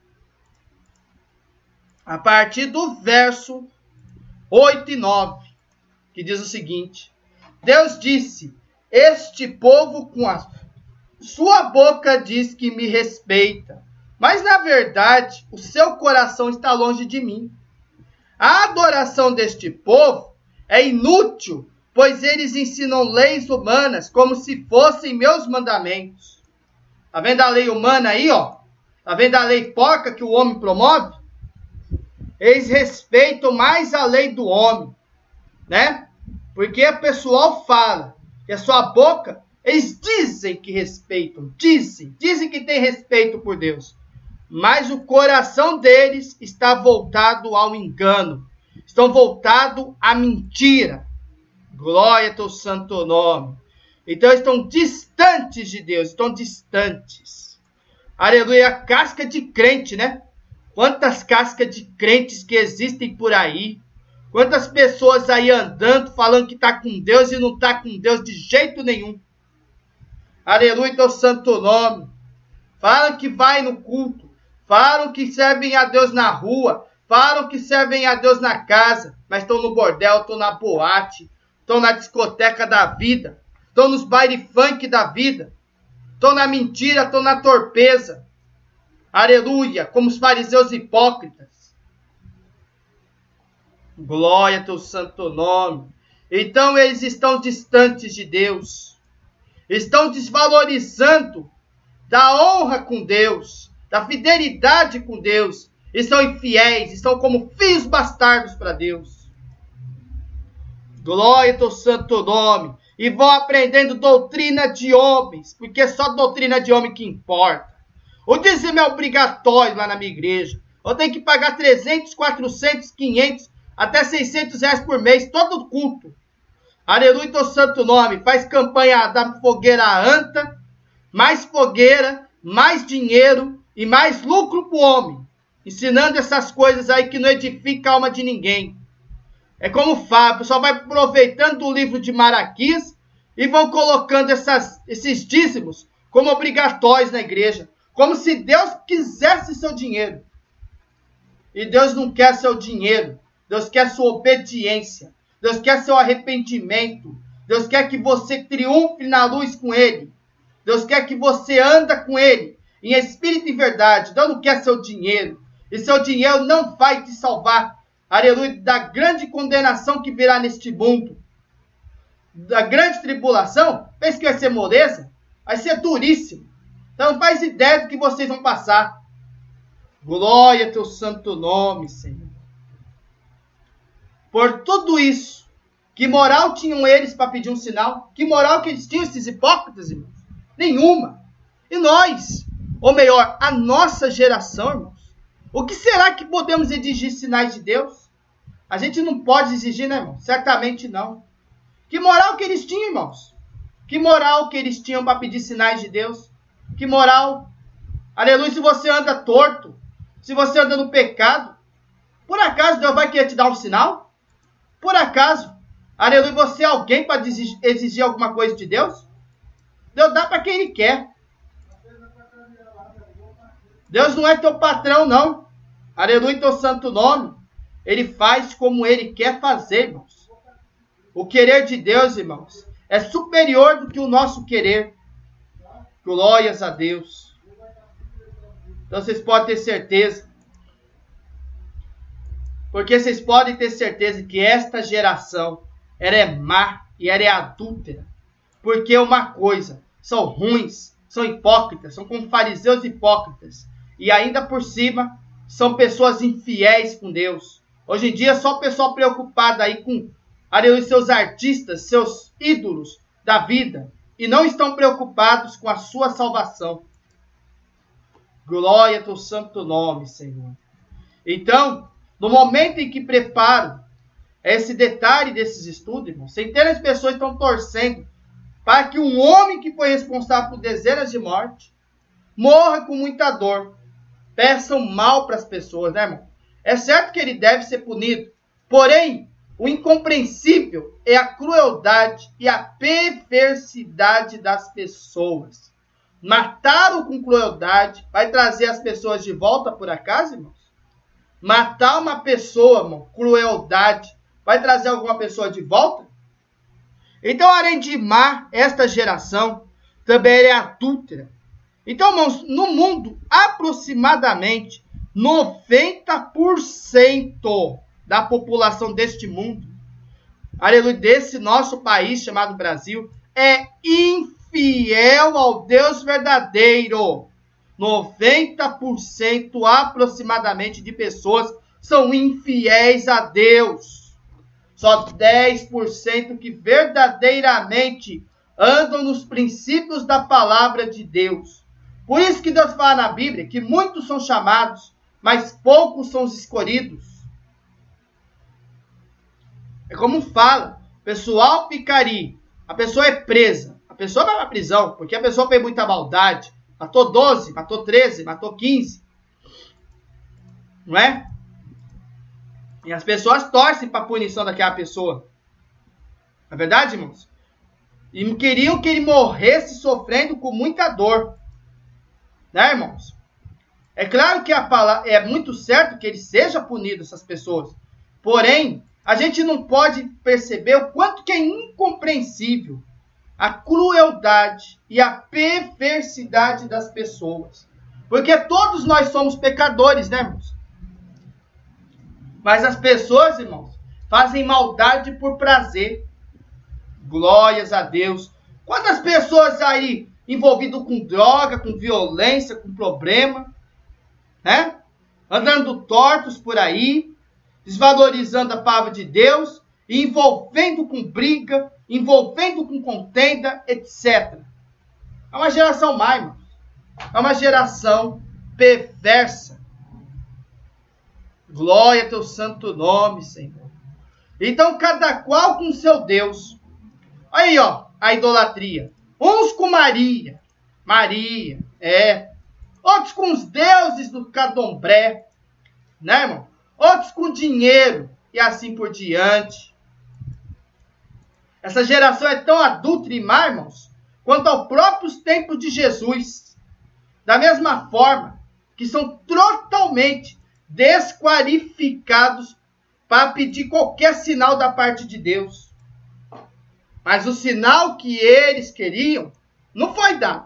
a partir do verso 8 e 9, que diz o seguinte: Deus disse, este povo com a sua boca diz que me respeita, mas na verdade o seu coração está longe de mim. A adoração deste povo é inútil, pois eles ensinam leis humanas como se fossem meus mandamentos. Tá vendo a lei humana aí, ó? Tá vendo a lei porca que o homem promove? Eles respeitam mais a lei do homem, né? Porque o pessoal fala que a sua boca, eles dizem que respeitam, dizem que tem respeito por Deus. Mas o coração deles está voltado ao engano, estão voltados à mentira. Glória ao teu santo nome. Então estão distantes de Deus, estão distantes. Aleluia, casca de crente, né? Quantas cascas de crentes que existem por aí. Quantas pessoas aí andando, falando que está com Deus e não está com Deus de jeito nenhum. Aleluia, teu santo nome. Falam que vai no culto. Falam que servem a Deus na rua. Falam que servem a Deus na casa. Mas estão no bordel, estão na boate. Estão na discoteca da vida. Estão nos baile funk da vida. Estão na mentira, estão na torpeza. Aleluia, como os fariseus hipócritas. Glória ao teu santo nome. Então eles estão distantes de Deus. Estão desvalorizando da honra com Deus, da fidelidade com Deus. E são infiéis, estão como filhos bastardos para Deus. Glória ao teu santo nome. E vão aprendendo doutrina de homens, porque é só doutrina de homem que importa. O dízimo é obrigatório lá na minha igreja. Eu tenho que pagar 300, 400, 500, até 600 reais por mês, todo culto. Aleluia, teu santo nome. Faz campanha da fogueira anta, mais fogueira, mais dinheiro e mais lucro para o homem. Ensinando essas coisas aí que não edificam a alma de ninguém. É como o pessoal vai aproveitando o livro de Maraquias e vão colocando esses dízimos como obrigatórios na igreja. Como se Deus quisesse seu dinheiro. E Deus não quer seu dinheiro. Deus quer sua obediência. Deus quer seu arrependimento. Deus quer que você triunfe na luz com Ele. Deus quer que você anda com Ele em espírito e verdade. Deus não quer seu dinheiro. E seu dinheiro não vai te salvar. Aleluia, da grande condenação que virá neste mundo. Da grande tribulação. Pensa que vai ser moleza? Vai ser duríssimo. Então não faz ideia do que vocês vão passar. Glória ao teu santo nome, Senhor. Por tudo isso, que moral tinham eles para pedir um sinal? Que moral que eles tinham, esses hipócritas, irmãos? Nenhuma. E nós, ou melhor, a nossa geração, irmãos, o que será que podemos exigir sinais de Deus? A gente não pode exigir, né, irmão? Certamente não. Que moral que eles tinham, irmãos? Que moral que eles tinham para pedir sinais de Deus? Que moral? Aleluia, se você anda torto, se você anda no pecado, por acaso Deus vai querer te dar um sinal? Por acaso? Aleluia, você é alguém para exigir alguma coisa de Deus? Deus dá para quem Ele quer. Deus não é teu patrão, não. Aleluia, teu santo nome. Ele faz como Ele quer fazer, irmãos. O querer de Deus, irmãos, é superior do que o nosso querer. Glórias a Deus. Então vocês podem ter certeza. Porque vocês podem ter certeza que esta geração, ela é má e ela é adúltera. Porque uma coisa, são ruins, são hipócritas, são como fariseus hipócritas. E ainda por cima, são pessoas infiéis com Deus. Hoje em dia é só o pessoal preocupado aí com seus artistas, seus ídolos da vida. E não estão preocupados com a sua salvação. Glória ao teu santo nome, Senhor. Então, no momento em que preparo esse detalhe desses estudos, irmão, centenas de pessoas estão torcendo para que um homem que foi responsável por dezenas de mortes, morra com muita dor. Peçam mal para as pessoas, né, irmão? É certo que ele deve ser punido. Porém, o incompreensível é a crueldade e a perversidade das pessoas. Matá-lo com crueldade vai trazer as pessoas de volta por acaso, irmãos? Matar uma pessoa, irmão, crueldade, vai trazer alguma pessoa de volta? Então, além de má, esta geração também é adúltera. Então, irmãos, no mundo, aproximadamente 90% da população deste mundo, aleluia, desse nosso país chamado Brasil, é infiel ao Deus verdadeiro. 90% aproximadamente de pessoas são infiéis a Deus. Só 10% que verdadeiramente andam nos princípios da palavra de Deus. Por isso que Deus fala na Bíblia que muitos são chamados, mas poucos são os escolhidos. É como fala, o pessoal picaria, a pessoa é presa, a pessoa vai para a prisão, porque a pessoa fez muita maldade, matou 12, matou 13, matou 15, não é? E as pessoas torcem para a punição daquela pessoa. Não é verdade, irmãos? E queriam que ele morresse sofrendo com muita dor. Né, irmãos? É claro que a palavra, é muito certo que ele seja punido, essas pessoas. Porém, a gente não pode perceber o quanto que é incompreensível a crueldade e a perversidade das pessoas. Porque todos nós somos pecadores, né, irmãos? Mas as pessoas, irmãos, fazem maldade por prazer. Glórias a Deus. Quantas pessoas aí envolvidas com droga, com violência, com problema, né? Andando tortos por aí, desvalorizando a palavra de Deus, envolvendo com briga, envolvendo com contenda, etc. É uma geração má, irmãos. É uma geração perversa. Glória ao teu santo nome, Senhor. Então, cada qual com seu Deus. Aí, ó, a idolatria. Uns com Maria. Maria, outros com os deuses do candomblé. Né, irmão? Outros com dinheiro. E assim por diante. Essa geração é tão adúltera e má, irmãos, quanto aos próprios tempos de Jesus. Da mesma forma que são totalmente desqualificados para pedir qualquer sinal da parte de Deus. Mas o sinal que eles queriam não foi dado.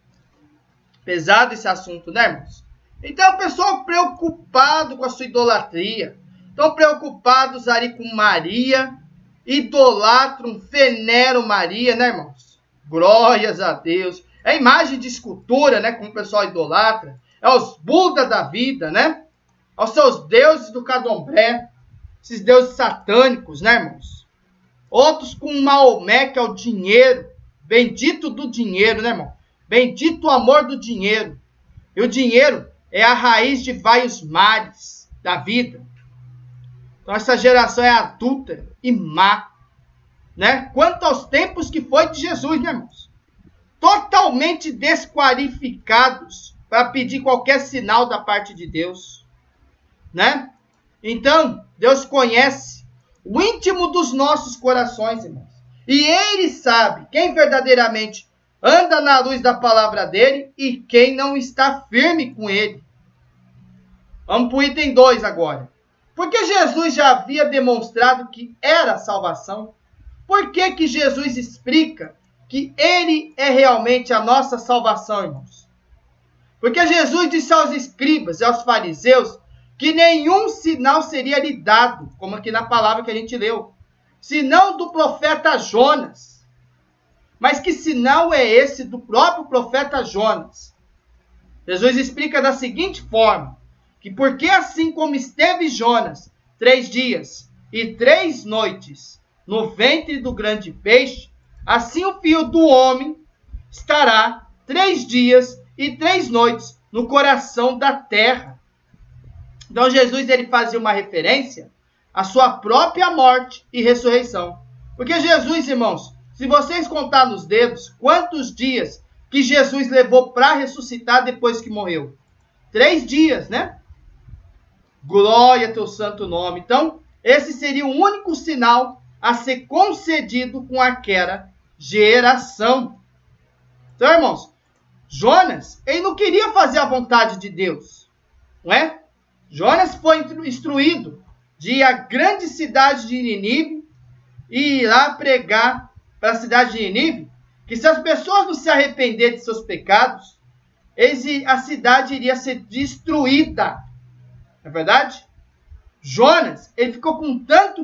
Pesado esse assunto, né, irmãos? Então, o pessoal preocupado com a sua idolatria, estão preocupados ali com Maria, idolatram, veneram Maria, né, irmãos? Glórias a Deus. É imagem de escultura, né, como o pessoal idolatra. É os Buda da vida, né? Aos seus deuses do candomblé, esses deuses satânicos, né, irmãos? Outros com Maomé, que é o dinheiro, bendito do dinheiro, né, irmão? Bendito o amor do dinheiro. E o dinheiro é a raiz de vários males da vida. Então essa geração é adúltera e má, né? Quanto aos tempos que foi de Jesus, né, irmãos? Totalmente desqualificados para pedir qualquer sinal da parte de Deus, né? Então, Deus conhece o íntimo dos nossos corações, irmãos. E Ele sabe quem verdadeiramente anda na luz da palavra dEle e quem não está firme com Ele. Vamos para o item 2 agora. Porque Jesus já havia demonstrado que era a salvação. Por que que Jesus explica que Ele é realmente a nossa salvação, irmãos? Porque Jesus disse aos escribas e aos fariseus que nenhum sinal seria lhe dado, como aqui na palavra que a gente leu, senão do profeta Jonas. Mas que sinal é esse do próprio profeta Jonas? Jesus explica da seguinte forma, que porque assim como esteve Jonas 3 dias e 3 noites no ventre do grande peixe, assim o Filho do Homem estará 3 dias e 3 noites no coração da terra. Então Jesus ele fazia uma referência à sua própria morte e ressurreição. Porque Jesus, irmãos, se vocês contar nos dedos quantos dias que Jesus levou para ressuscitar depois que morreu? 3 dias, né? Glória a teu santo nome. Então, esse seria o único sinal a ser concedido com aquela geração. Então, irmãos, Jonas, ele não queria fazer a vontade de Deus, não é? Jonas foi instruído de ir à grande cidade de Nínive e ir lá pregar para a cidade de Nínive que se as pessoas não se arrependerem de seus pecados, a cidade iria ser destruída. Não é verdade? Jonas, ele ficou com tanto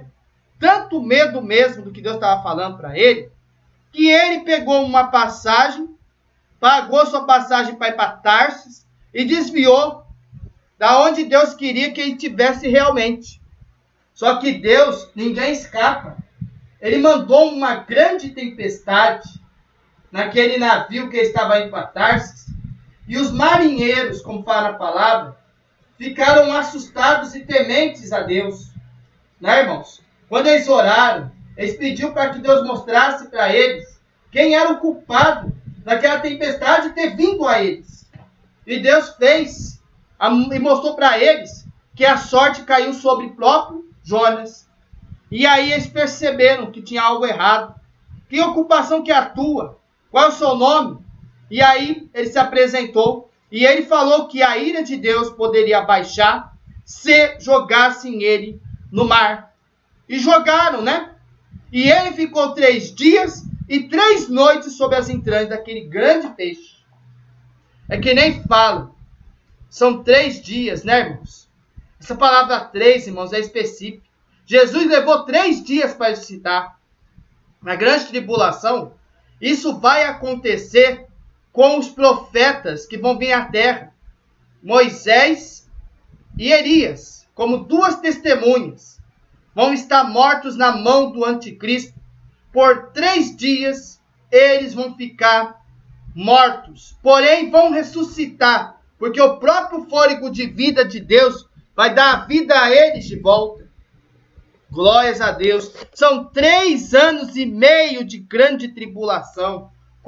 medo mesmo do que Deus estava falando para ele, que ele pegou uma passagem, pagou sua passagem para ir para Tarsis e desviou da onde Deus queria que ele estivesse realmente. Só que Deus, ninguém escapa. Ele mandou uma grande tempestade naquele navio que estava indo para Tarsis, e os marinheiros, como fala a palavra, ficaram assustados e tementes a Deus. Né, irmãos? Quando eles oraram, eles pediram para que Deus mostrasse para eles quem era o culpado daquela tempestade ter vindo a eles. E Deus fez e mostrou para eles que a sorte caiu sobre o próprio Jonas. E aí eles perceberam que tinha algo errado. Que ocupação que é a tua? Qual é o seu nome? E aí ele se apresentou e ele falou que a ira de Deus poderia baixar se jogassem ele no mar. E jogaram, né? E ele ficou 3 dias e 3 noites sob as entranhas daquele grande peixe. É que nem falo. São 3 dias, né, irmãos? Essa palavra 3, irmãos, é específica. Jesus levou 3 dias para ressuscitar. Na grande tribulação, isso vai acontecer com os profetas que vão vir à terra. Moisés e Elias, como 2 testemunhas, vão estar mortos na mão do anticristo. Por 3 dias, eles vão ficar mortos. Porém, vão ressuscitar, porque o próprio fôlego de vida de Deus vai dar a vida a eles de volta. Glórias a Deus. São 3 anos e meio de grande tribulação.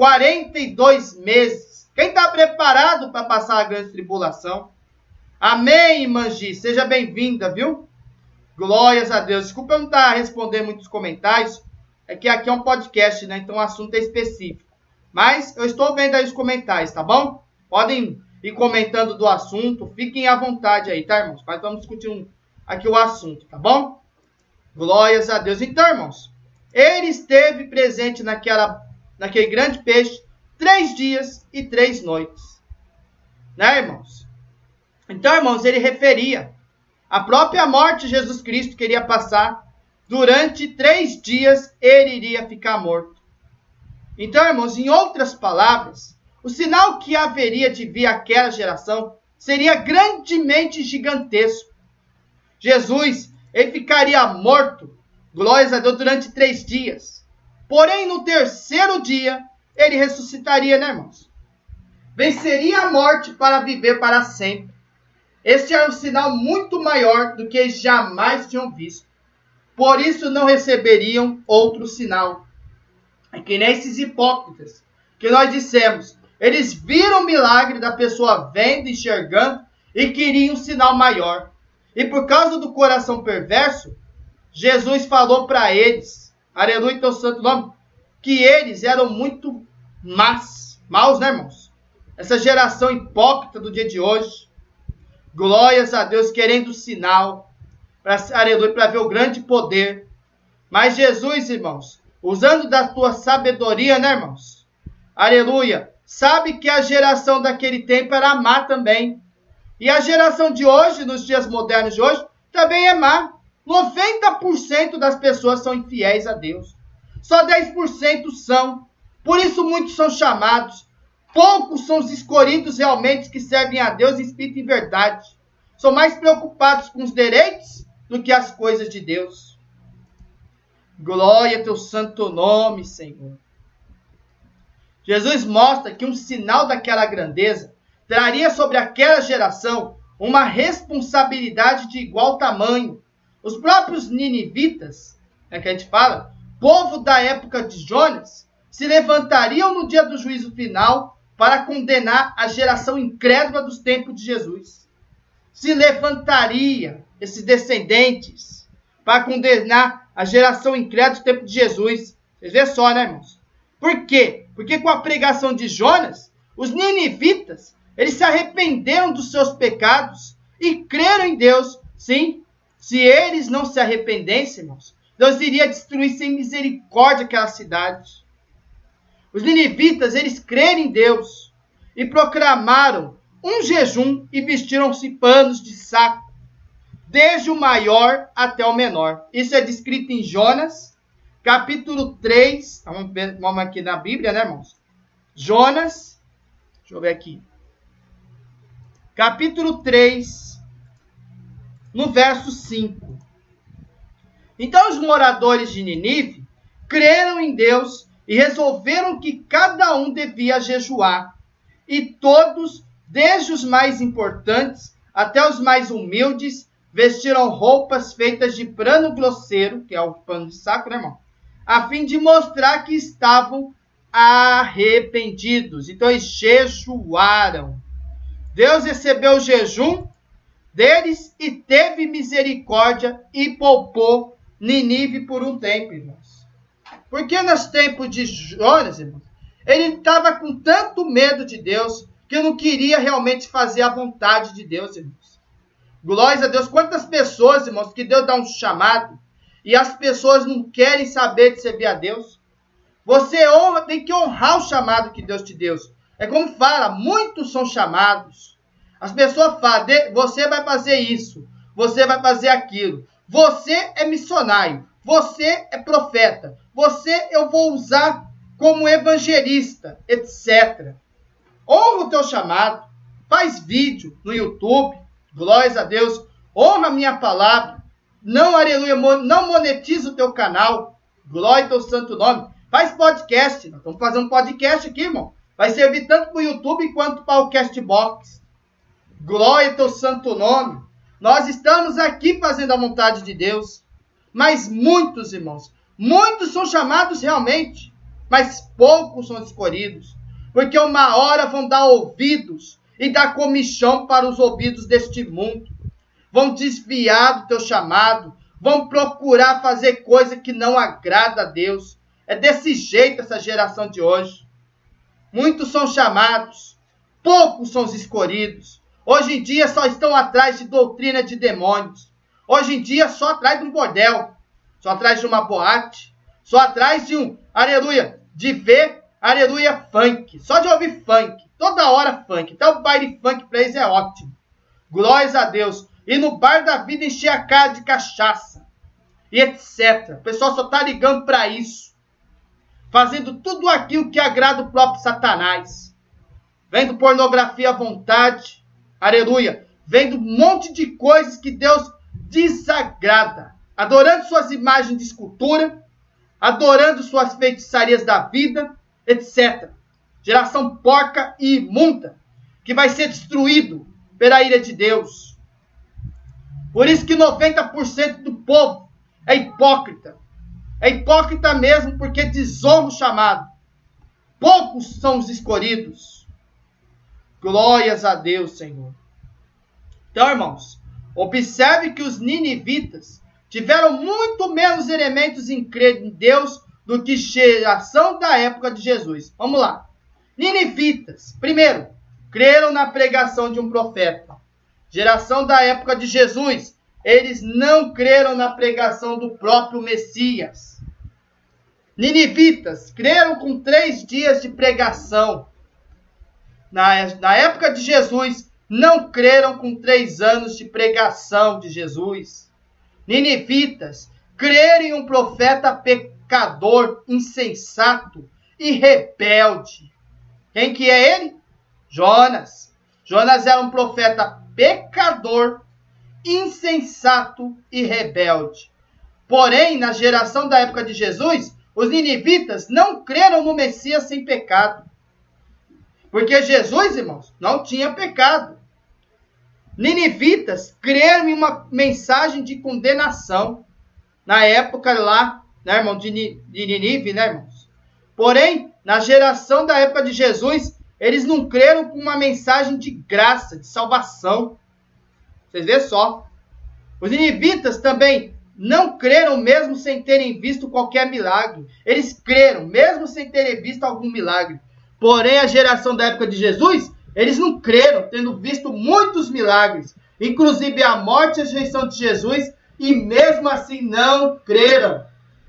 42 meses. Quem está preparado para passar a grande tribulação? Amém, Mangi. Seja bem-vinda, viu? Glórias a Deus. Desculpa eu não estar respondendo muitos comentários. É que aqui é um podcast, né? Então o assunto é específico. Mas eu estou vendo aí os comentários, tá bom? Podem ir comentando do assunto. Fiquem à vontade aí, tá, irmãos? Mas vamos discutir aqui o assunto, tá bom? Glórias a Deus. Então, irmãos, ele esteve presente naquele grande peixe 3 dias e 3 noites. Né, irmãos? Então, irmãos, ele referia a própria morte de Jesus Cristo que iria passar. Durante 3 dias, ele iria ficar morto. Então, irmãos, em outras palavras, o sinal que haveria de vir àquela geração seria grandemente gigantesco. Jesus, ele ficaria morto, glórias a Deus, durante 3 dias. Porém, no 3º dia, ele ressuscitaria, né, irmãos? Venceria a morte para viver para sempre. Este era um sinal muito maior do que eles jamais tinham visto. Por isso não receberiam outro sinal. É que nem esses hipócritas que nós dissemos. Eles viram o milagre da pessoa vendo, enxergando e queriam um sinal maior. E por causa do coração perverso, Jesus falou para eles, aleluia, teu santo nome, que eles eram muito maus, né, irmãos? Essa geração hipócrita do dia de hoje. Glórias a Deus, querendo sinal, aleluia, para ver o grande poder. Mas Jesus, irmãos, usando da tua sabedoria, né, irmãos? Aleluia, sabe que a geração daquele tempo era má também. E a geração de hoje, nos dias modernos de hoje, também é má. 90% das pessoas são infiéis a Deus. Só 10% são. Por isso muitos são chamados. Poucos são os escolhidos realmente que servem a Deus em espírito e em verdade. São mais preocupados com os direitos do que as coisas de Deus. Glória a teu santo nome, Senhor. Jesus mostra que um sinal daquela grandeza traria sobre aquela geração uma responsabilidade de igual tamanho. Os próprios ninivitas, que a gente fala, povo da época de Jonas, se levantariam no dia do juízo final para condenar a geração incrédula dos tempos de Jesus. Se levantaria esses descendentes para condenar a geração incrédula do tempo de Jesus. Vocês vê só, né, irmãos? Por quê? Porque com a pregação de Jonas, os ninivitas, eles se arrependeram dos seus pecados e creram em Deus. Sim, se eles não se arrependessem, irmãos, Deus iria destruir sem misericórdia aquela cidade. Os ninivitas, eles creram em Deus e proclamaram um jejum e vestiram-se panos de saco, desde o maior até o menor. Isso é descrito em Jonas, capítulo 3. Vamos aqui na Bíblia, né, irmãos? Jonas, deixa eu ver aqui. Capítulo 3, no verso 5. Então os moradores de Nínive creram em Deus e resolveram que cada um devia jejuar. E todos, desde os mais importantes até os mais humildes, vestiram roupas feitas de pano grosseiro, que é o pano de saco, né, irmão? A fim de mostrar que estavam arrependidos. Então eles jejuaram. Deus recebeu o jejum deles e teve misericórdia e poupou Nínive por um tempo, irmãos. Porque nos tempos de Jonas, irmãos, ele estava com tanto medo de Deus que não queria realmente fazer a vontade de Deus, irmãos. Glórias a Deus. Quantas pessoas, irmãos, que Deus dá um chamado e as pessoas não querem saber de servir a Deus? Você tem que honrar o chamado que Deus te deu. É como fala, muitos são chamados. As pessoas falam, você vai fazer isso, você vai fazer aquilo. Você é missionário, você é profeta, você eu vou usar como evangelista, etc. Honra o teu chamado, faz vídeo no YouTube, glórias a Deus, honra a minha palavra, não, aleluia, não monetiza o teu canal, glória ao teu santo nome, faz podcast, nós estamos fazendo podcast aqui, irmão, vai servir tanto para o YouTube quanto para o Castbox, glória ao teu santo nome, nós estamos aqui fazendo a vontade de Deus, mas muitos, irmãos, muitos são chamados realmente, mas poucos são escolhidos, porque uma hora vão dar ouvidos e dar comichão para os ouvidos deste mundo, vão desviar do teu chamado, vão procurar fazer coisa que não agrada a Deus. É desse jeito essa geração de hoje. Muitos são chamados, poucos são os escolhidos. Hoje em dia só estão atrás de doutrina de demônios. Hoje em dia só atrás de um bordel, só atrás de uma boate, só atrás de um, aleluia, de ver, aleluia, funk. Só de ouvir funk, toda hora funk. Então o baile funk para eles é ótimo. Glórias a Deus. E no bar da vida encher a cara de cachaça, e etc. O pessoal só está ligando para isso. Fazendo tudo aquilo que agrada o próprio Satanás. Vendo pornografia à vontade, aleluia. Vendo um monte de coisas que Deus desagrada. Adorando suas imagens de escultura, adorando suas feitiçarias da vida, etc. Geração porca e imunda, que vai ser destruído pela ira de Deus. Por isso que 90% do povo é hipócrita. É hipócrita mesmo porque desonra o chamado. Poucos são os escolhidos. Glórias a Deus, Senhor. Então, irmãos, observe que os ninivitas tiveram muito menos elementos em crer em Deus do que geração da época de Jesus. Vamos lá. Ninivitas, primeiro, creram na pregação de um profeta. Geração da época de Jesus, eles não creram na pregação do próprio Messias. Ninivitas creram com 3 dias de pregação. Na época de Jesus, não creram com 3 anos de pregação de Jesus. Ninivitas creram em um profeta pecador, insensato e rebelde. Quem que é ele? Jonas. Jonas era um profeta pecador, insensato e rebelde. Porém, na geração da época de Jesus, os ninivitas não creram no Messias sem pecado. Porque Jesus, irmãos, não tinha pecado. Ninivitas creram em uma mensagem de condenação. Na época lá, né, irmão, de Nínive, né, irmãos? Porém, na geração da época de Jesus, eles não creram com uma mensagem de graça, de salvação. Vocês vê só. Os ninivitas também não creram mesmo sem terem visto qualquer milagre. Eles creram mesmo sem terem visto algum milagre. Porém, a geração da época de Jesus, eles não creram, tendo visto muitos milagres. Inclusive a morte e a ressurreição de Jesus, e mesmo assim não creram.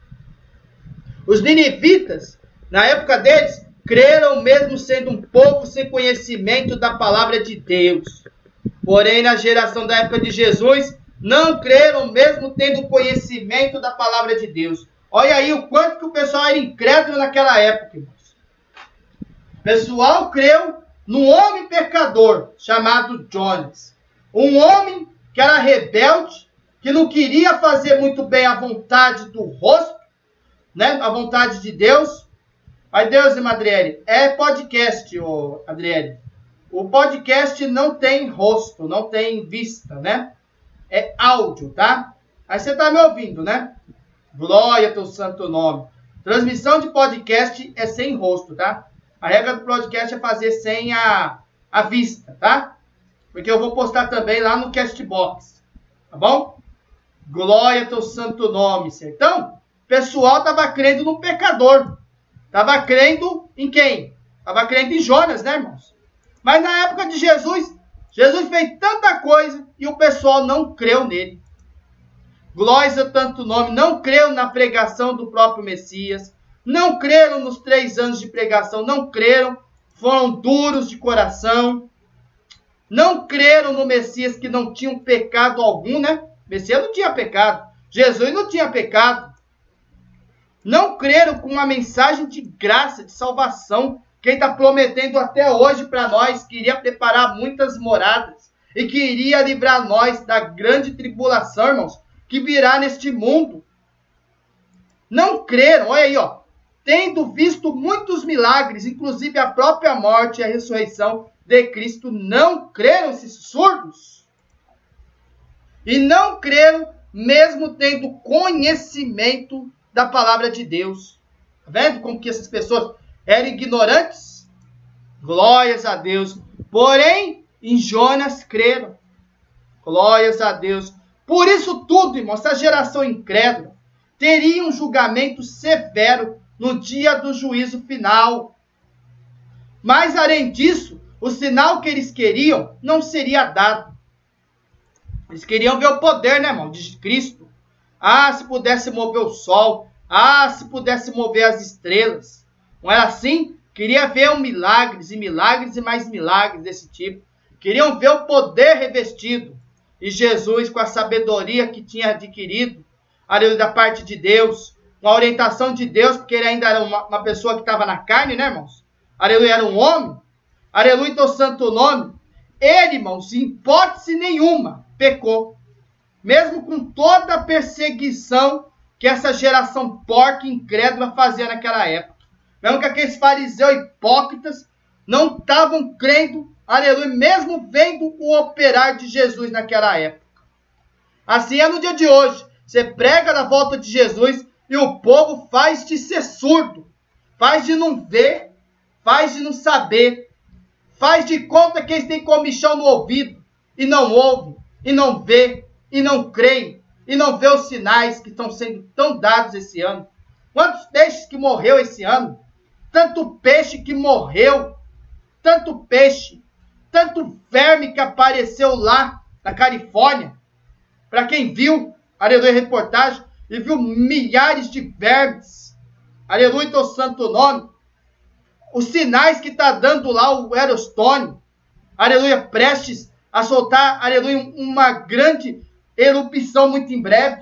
Os ninivitas, na época deles, creram mesmo sendo um povo sem conhecimento da palavra de Deus. Porém, na geração da época de Jesus, não creram mesmo tendo conhecimento da palavra de Deus. Olha aí o quanto que o pessoal era incrédulo naquela época, irmãos. O pessoal creu num homem pecador chamado Jonas. Um homem que era rebelde, que não queria fazer muito bem a vontade do rosto, né? A vontade de Deus. Ai, Deus, irmã Adriele, é podcast, Adriele. O podcast não tem rosto, não tem vista, né? É áudio, tá? Aí você tá me ouvindo, né? Glória ao teu santo nome. Transmissão de podcast é sem rosto, tá? A regra do podcast é fazer sem a vista, tá? Porque eu vou postar também lá no Castbox, tá bom? Glória ao teu santo nome, Senhor. Então, o pessoal estava crendo no pecador. Estava crendo em quem? Estava crendo em Jonas, né, irmãos? Mas na época de Jesus, Jesus fez tanta coisa e o pessoal não creu nele. Glória ao tanto nome. Não creu na pregação do próprio Messias. Não creram nos 3 anos de pregação. Não creram. Foram duros de coração. Não creram no Messias, que não tinha pecado algum, né? O Messias não tinha pecado. Jesus não tinha pecado. Não creram com uma mensagem de graça, de salvação, que ele está prometendo até hoje para nós, que iria preparar muitas moradas e que iria livrar nós da grande tribulação, irmãos, que virá neste mundo. Não creram, olha aí, ó, tendo visto muitos milagres, inclusive a própria morte e a ressurreição de Cristo, não creram esses surdos. E não creram mesmo tendo conhecimento da palavra de Deus. Tá vendo como que essas pessoas eram ignorantes? Glórias a Deus. Porém, em Jonas creram. Glórias a Deus. Por isso tudo, irmão, essa geração incrédula teria um julgamento severo no dia do juízo final. Mas, além disso, o sinal que eles queriam não seria dado. Eles queriam ver o poder, né, irmão, de Cristo. Ah, se pudesse mover o sol. Ah, se pudesse mover as estrelas. Não era assim? Queria ver milagres e milagres e mais milagres desse tipo. Queriam ver o poder revestido. E Jesus, com a sabedoria que tinha adquirido, aleluia, da parte de Deus, com a orientação de Deus, porque ele ainda era uma pessoa que estava na carne, né, irmãos? Aleluia, era um homem. Aleluia, teu santo nome. Ele, irmãos, em hipótese nenhuma, pecou. Mesmo com toda a perseguição que essa geração porca e incrédula fazia naquela época. Mesmo que aqueles fariseus hipócritas não estavam crendo, aleluia, mesmo vendo o operar de Jesus naquela época. Assim é no dia de hoje. Você prega da volta de Jesus e o povo faz de ser surdo, faz de não ver, faz de não saber, faz de conta que eles têm comichão no ouvido e não ouvem, e não vê, e não creem, e não vê os sinais que estão sendo tão dados esse ano. Quantos peixes que morreu esse ano? Tanto peixe que morreu, tanto peixe, tanto verme que apareceu lá na Califórnia. Para quem viu, aleluia, reportagem, e viu milhares de vermes, aleluia, teu santo nome. Os sinais que está dando lá o Erostone, aleluia, prestes a soltar, aleluia, uma grande erupção muito em breve.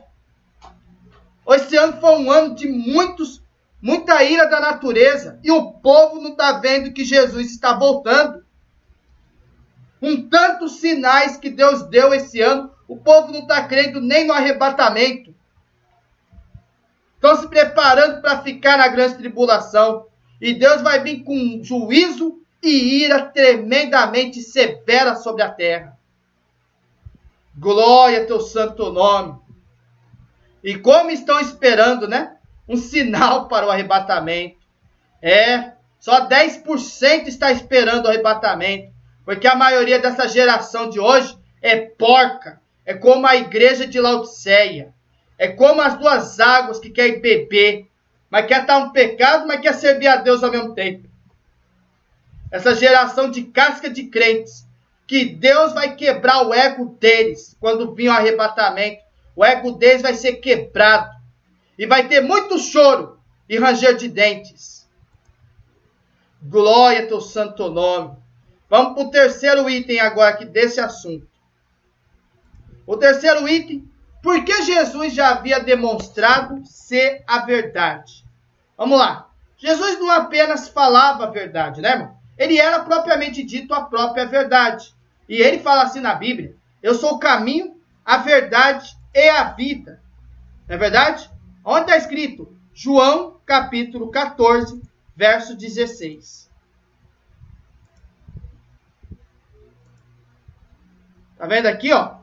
Esse ano foi um ano de muita ira da natureza. E o povo não está vendo que Jesus está voltando. Com tantos sinais que Deus deu esse ano, o povo não está crendo nem no arrebatamento. Estão se preparando para ficar na grande tribulação. E Deus vai vir com juízo e ira tremendamente severa sobre a terra. Glória ao teu santo nome. E como estão esperando, né? Um sinal para o arrebatamento. Só 10% está esperando o arrebatamento. Porque a maioria dessa geração de hoje é porca. É como a igreja de Laodiceia. É como as duas águas que quer beber. Mas quer estar um pecado, mas quer servir a Deus ao mesmo tempo. Essa geração de casca de crentes. Que Deus vai quebrar o ego deles quando vir o arrebatamento. O ego deles vai ser quebrado. E vai ter muito choro e ranger de dentes. Glória ao teu santo nome. Vamos para o terceiro item agora aqui desse assunto. O terceiro item, porque Jesus já havia demonstrado ser a verdade. Vamos lá. Jesus não apenas falava a verdade, né, irmão? Ele era propriamente dito a própria verdade. E ele fala assim na Bíblia: eu sou o caminho, a verdade e a vida. Não é verdade? Onde está escrito? João, capítulo 14, verso 16. Está vendo aqui, ó?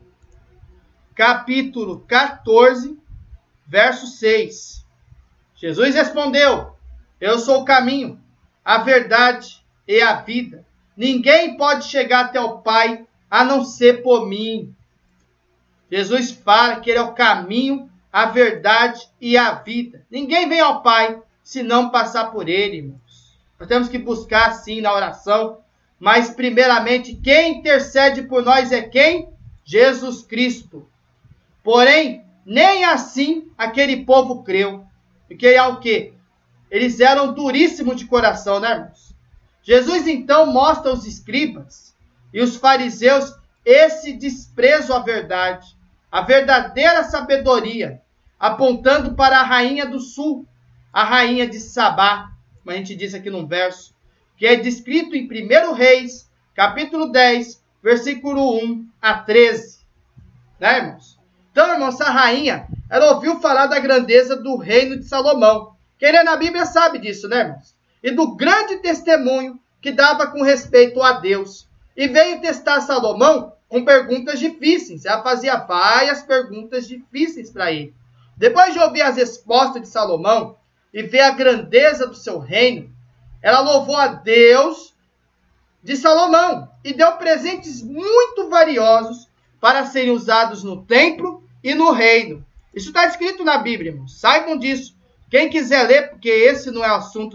Capítulo 14, verso 6. Jesus respondeu: eu sou o caminho, a verdade e a vida. Ninguém pode chegar até o Pai a não ser por mim. Jesus fala que ele é o caminho, a verdade e a vida. Ninguém vem ao Pai se não passar por ele, irmãos. Nós temos que buscar, sim, na oração. Mas, primeiramente, quem intercede por nós é quem? Jesus Cristo. Porém, nem assim aquele povo creu. Porque é o quê? Eles eram duríssimos de coração, né, irmãos? Jesus, então, mostra aos escribas e os fariseus esse desprezo à verdade, a verdadeira sabedoria, apontando para a rainha do sul, a rainha de Sabá, como a gente diz aqui num verso, que é descrito em 1 Reis, capítulo 10, versículo 1 a 13. Né, irmãos? Então, irmãos, essa rainha, ela ouviu falar da grandeza do reino de Salomão. Quem lê na Bíblia sabe disso, né, irmãos? E do grande testemunho que dava com respeito a Deus. E veio testar Salomão com perguntas difíceis. Ela fazia várias perguntas difíceis para ele. Depois de ouvir as respostas de Salomão e ver a grandeza do seu reino, ela louvou a Deus de Salomão e deu presentes muito valiosos para serem usados no templo e no reino. Isso está escrito na Bíblia, irmãos. Saibam disso. Quem quiser ler, porque esse não é o assunto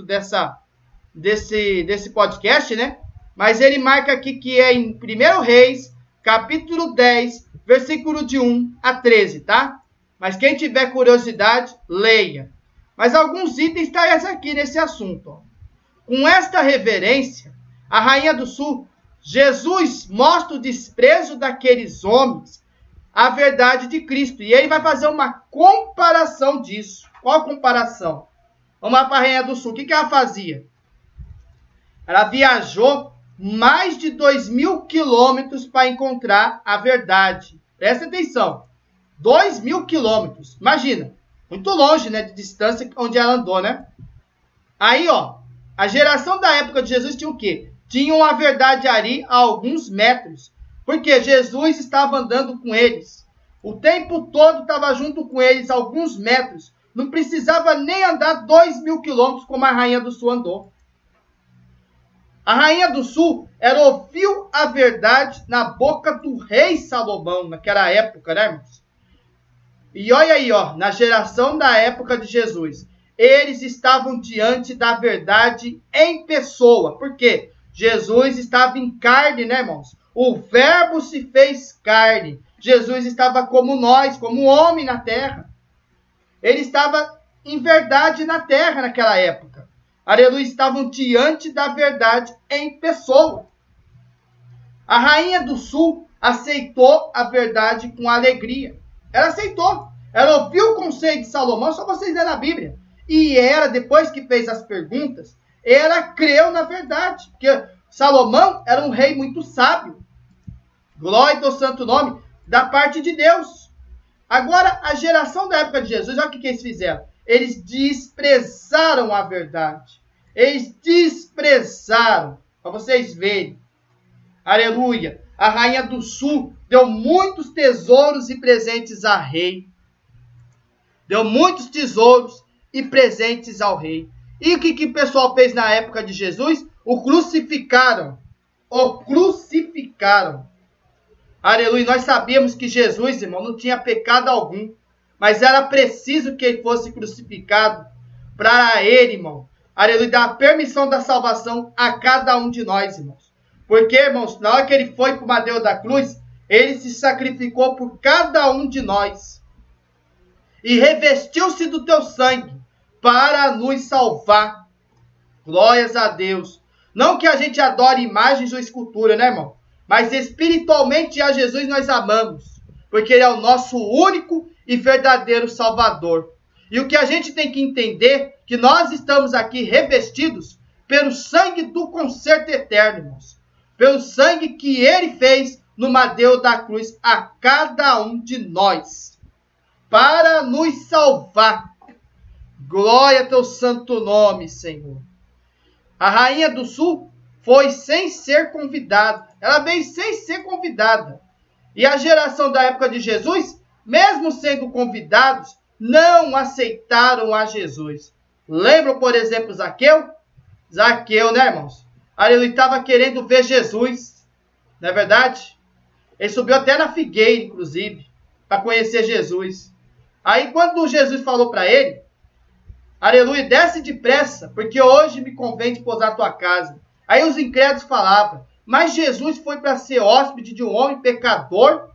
desse podcast, né? Mas ele marca aqui que é em 1 Reis, capítulo 10, versículo de 1 a 13, tá? Mas quem tiver curiosidade, leia. Mas alguns itens estão aqui nesse assunto, ó. Com esta reverência, a rainha do sul, Jesus mostra o desprezo daqueles homens à verdade de Cristo. E ele vai fazer uma comparação disso. Qual comparação? Vamos lá para a rainha do sul. O que ela fazia? Ela viajou mais de 2.000 quilômetros para encontrar a verdade. Presta atenção. 2.000 quilômetros. Imagina. Muito longe, né, de distância onde ela andou, né? Aí, ó. A geração da época de Jesus tinha o quê? Tinham a verdade ali a alguns metros. Porque Jesus estava andando com eles. O tempo todo estava junto com eles a alguns metros. Não precisava nem andar 2.000 quilômetros como a rainha do sul andou. A rainha do sul, ela ouviu a verdade na boca do rei Salomão, naquela época, né, irmãos? E olha aí, ó, na geração da época de Jesus, eles estavam diante da verdade em pessoa. Por quê? Jesus estava em carne, né, irmãos? O verbo se fez carne. Jesus estava como nós, como homem na terra. Ele estava em verdade na terra naquela época. Aleluia, estavam diante da verdade em pessoa. A rainha do sul aceitou a verdade com alegria. Ela aceitou. Ela ouviu o conselho de Salomão, só vocês lerem na Bíblia. E ela, depois que fez as perguntas, ela creu na verdade. Porque Salomão era um rei muito sábio. Glória ao santo nome da parte de Deus. Agora, a geração da época de Jesus, olha o que eles fizeram. Eles desprezaram a verdade. Eles desprezaram. Para vocês verem. Aleluia. A rainha do sul deu muitos tesouros e presentes ao rei. Deu muitos tesouros e presentes ao rei. E o que o pessoal fez na época de Jesus? O crucificaram. O crucificaram. Aleluia. Nós sabíamos que Jesus, irmão, não tinha pecado algum. Mas era preciso que ele fosse crucificado para ele, irmão. Aleluia. Dar a permissão da salvação a cada um de nós, irmãos. Porque, irmãos, na hora que ele foi para o madeiro da cruz, ele se sacrificou por cada um de nós. E revestiu-se do teu sangue para nos salvar. Glórias a Deus. Não que a gente adore imagens ou escultura, né, irmão? Mas espiritualmente a Jesus nós amamos. Porque ele é o nosso único e verdadeiro Salvador. E o que a gente tem que entender, que nós estamos aqui revestidos pelo sangue do concerto eterno, irmãos. Pelo sangue que ele fez no madeiro da cruz a cada um de nós. Para nos salvar. Glória a teu santo nome, Senhor. A rainha do sul foi sem ser convidada. Ela veio sem ser convidada. E a geração da época de Jesus, mesmo sendo convidados, não aceitaram a Jesus. Lembram, por exemplo, Zaqueu? Zaqueu, né, irmãos? Ele estava querendo ver Jesus. Não é verdade? Ele subiu até na figueira, inclusive, para conhecer Jesus. Aí, quando Jesus falou para ele, aleluia, desce depressa, porque hoje me convém de pousar a tua casa. Aí os incrédulos falavam, mas Jesus foi para ser hóspede de um homem pecador?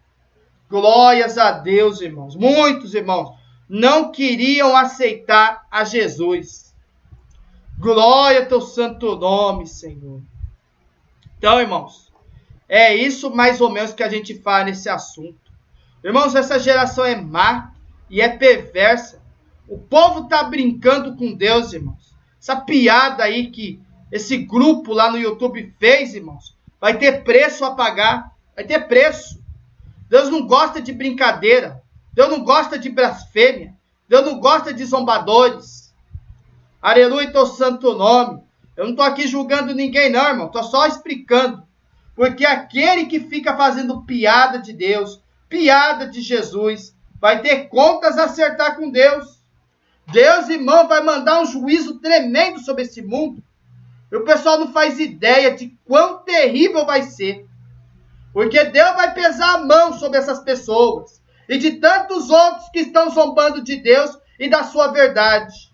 Glórias a Deus, irmãos. Muitos irmãos não queriam aceitar a Jesus. Glória ao teu santo nome, Senhor. Então, irmãos, é isso mais ou menos que a gente fala nesse assunto. Irmãos, essa geração é má e é perversa. O povo está brincando com Deus, irmãos. Essa piada aí que esse grupo lá no YouTube fez, irmãos, vai ter preço a pagar. Vai ter preço. Deus não gosta de brincadeira. Deus não gosta de blasfêmia. Deus não gosta de zombadores. Aleluia, teu santo nome. Eu não estou aqui julgando ninguém não, irmão. Estou só explicando. Porque aquele que fica fazendo piada de Deus, piada de Jesus, vai ter contas a acertar com Deus. Deus, irmão, vai mandar um juízo tremendo sobre esse mundo. E o pessoal não faz ideia de quão terrível vai ser. Porque Deus vai pesar a mão sobre essas pessoas. E de tantos outros que estão zombando de Deus e da sua verdade.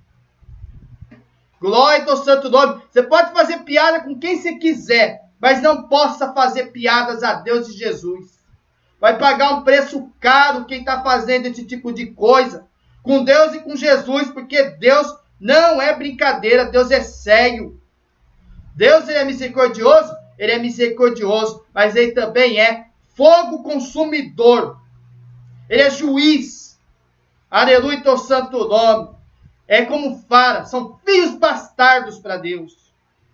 Glória ao santo nome. Você pode fazer piada com quem você quiser, mas não possa fazer piadas a Deus e Jesus. Vai pagar um preço caro quem está fazendo esse tipo de coisa. Com Deus e com Jesus, porque Deus não é brincadeira, Deus é sério. Deus, ele é misericordioso? Ele é misericordioso, mas ele também é fogo consumidor. Ele é juiz. Aleluia, teu santo nome. É como Fara, são filhos bastardos para Deus.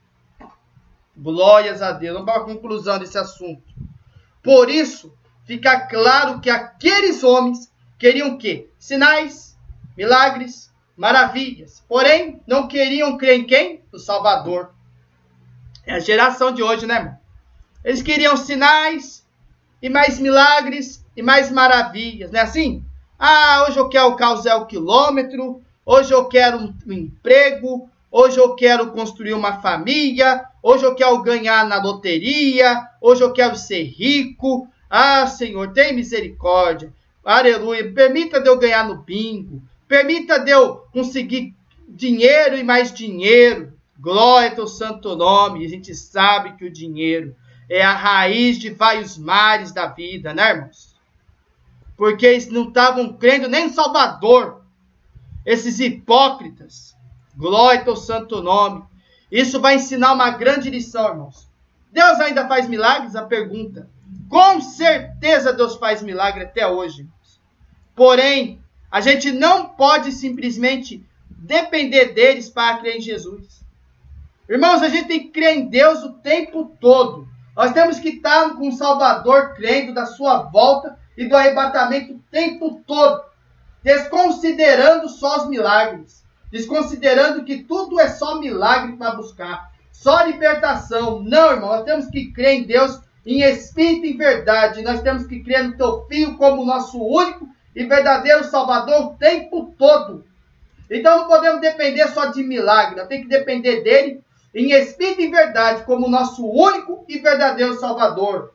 Glórias a Deus. Vamos para a conclusão desse assunto. Por isso, fica claro que aqueles homens queriam o quê? Sinais, milagres, maravilhas. Porém, não queriam crer em quem? No Salvador. É a geração de hoje, né, irmão? Eles queriam sinais, e mais milagres, e mais maravilhas, não é assim? Ah, hoje eu quero causar o quilômetro, hoje eu quero um emprego, hoje eu quero construir uma família, hoje eu quero ganhar na loteria, hoje eu quero ser rico. Ah, Senhor, tem misericórdia. Aleluia. Permita de eu ganhar no bingo. Permita de eu conseguir dinheiro e mais dinheiro. Glória ao teu santo nome. A gente sabe que o dinheiro é a raiz de vários males da vida, né, irmãos? Porque eles não estavam crendo nem no Salvador. Esses hipócritas. Glória ao teu santo nome. Isso vai ensinar uma grande lição, irmãos. Deus ainda faz milagres? A pergunta. Com certeza Deus faz milagre até hoje, irmãos. Porém, a gente não pode simplesmente depender deles para crer em Jesus. Irmãos, a gente tem que crer em Deus o tempo todo. Nós temos que estar com o Salvador crendo da sua volta e do arrebatamento o tempo todo. Desconsiderando só os milagres. Desconsiderando que tudo é só milagre para buscar. Só libertação. Não, irmão, nós temos que crer em Deus em espírito e verdade. Nós temos que crer no teu Filho como nosso único e verdadeiro Salvador o tempo todo. Então não podemos depender só de milagre, nós temos que depender dele em espírito e verdade, como nosso único e verdadeiro Salvador.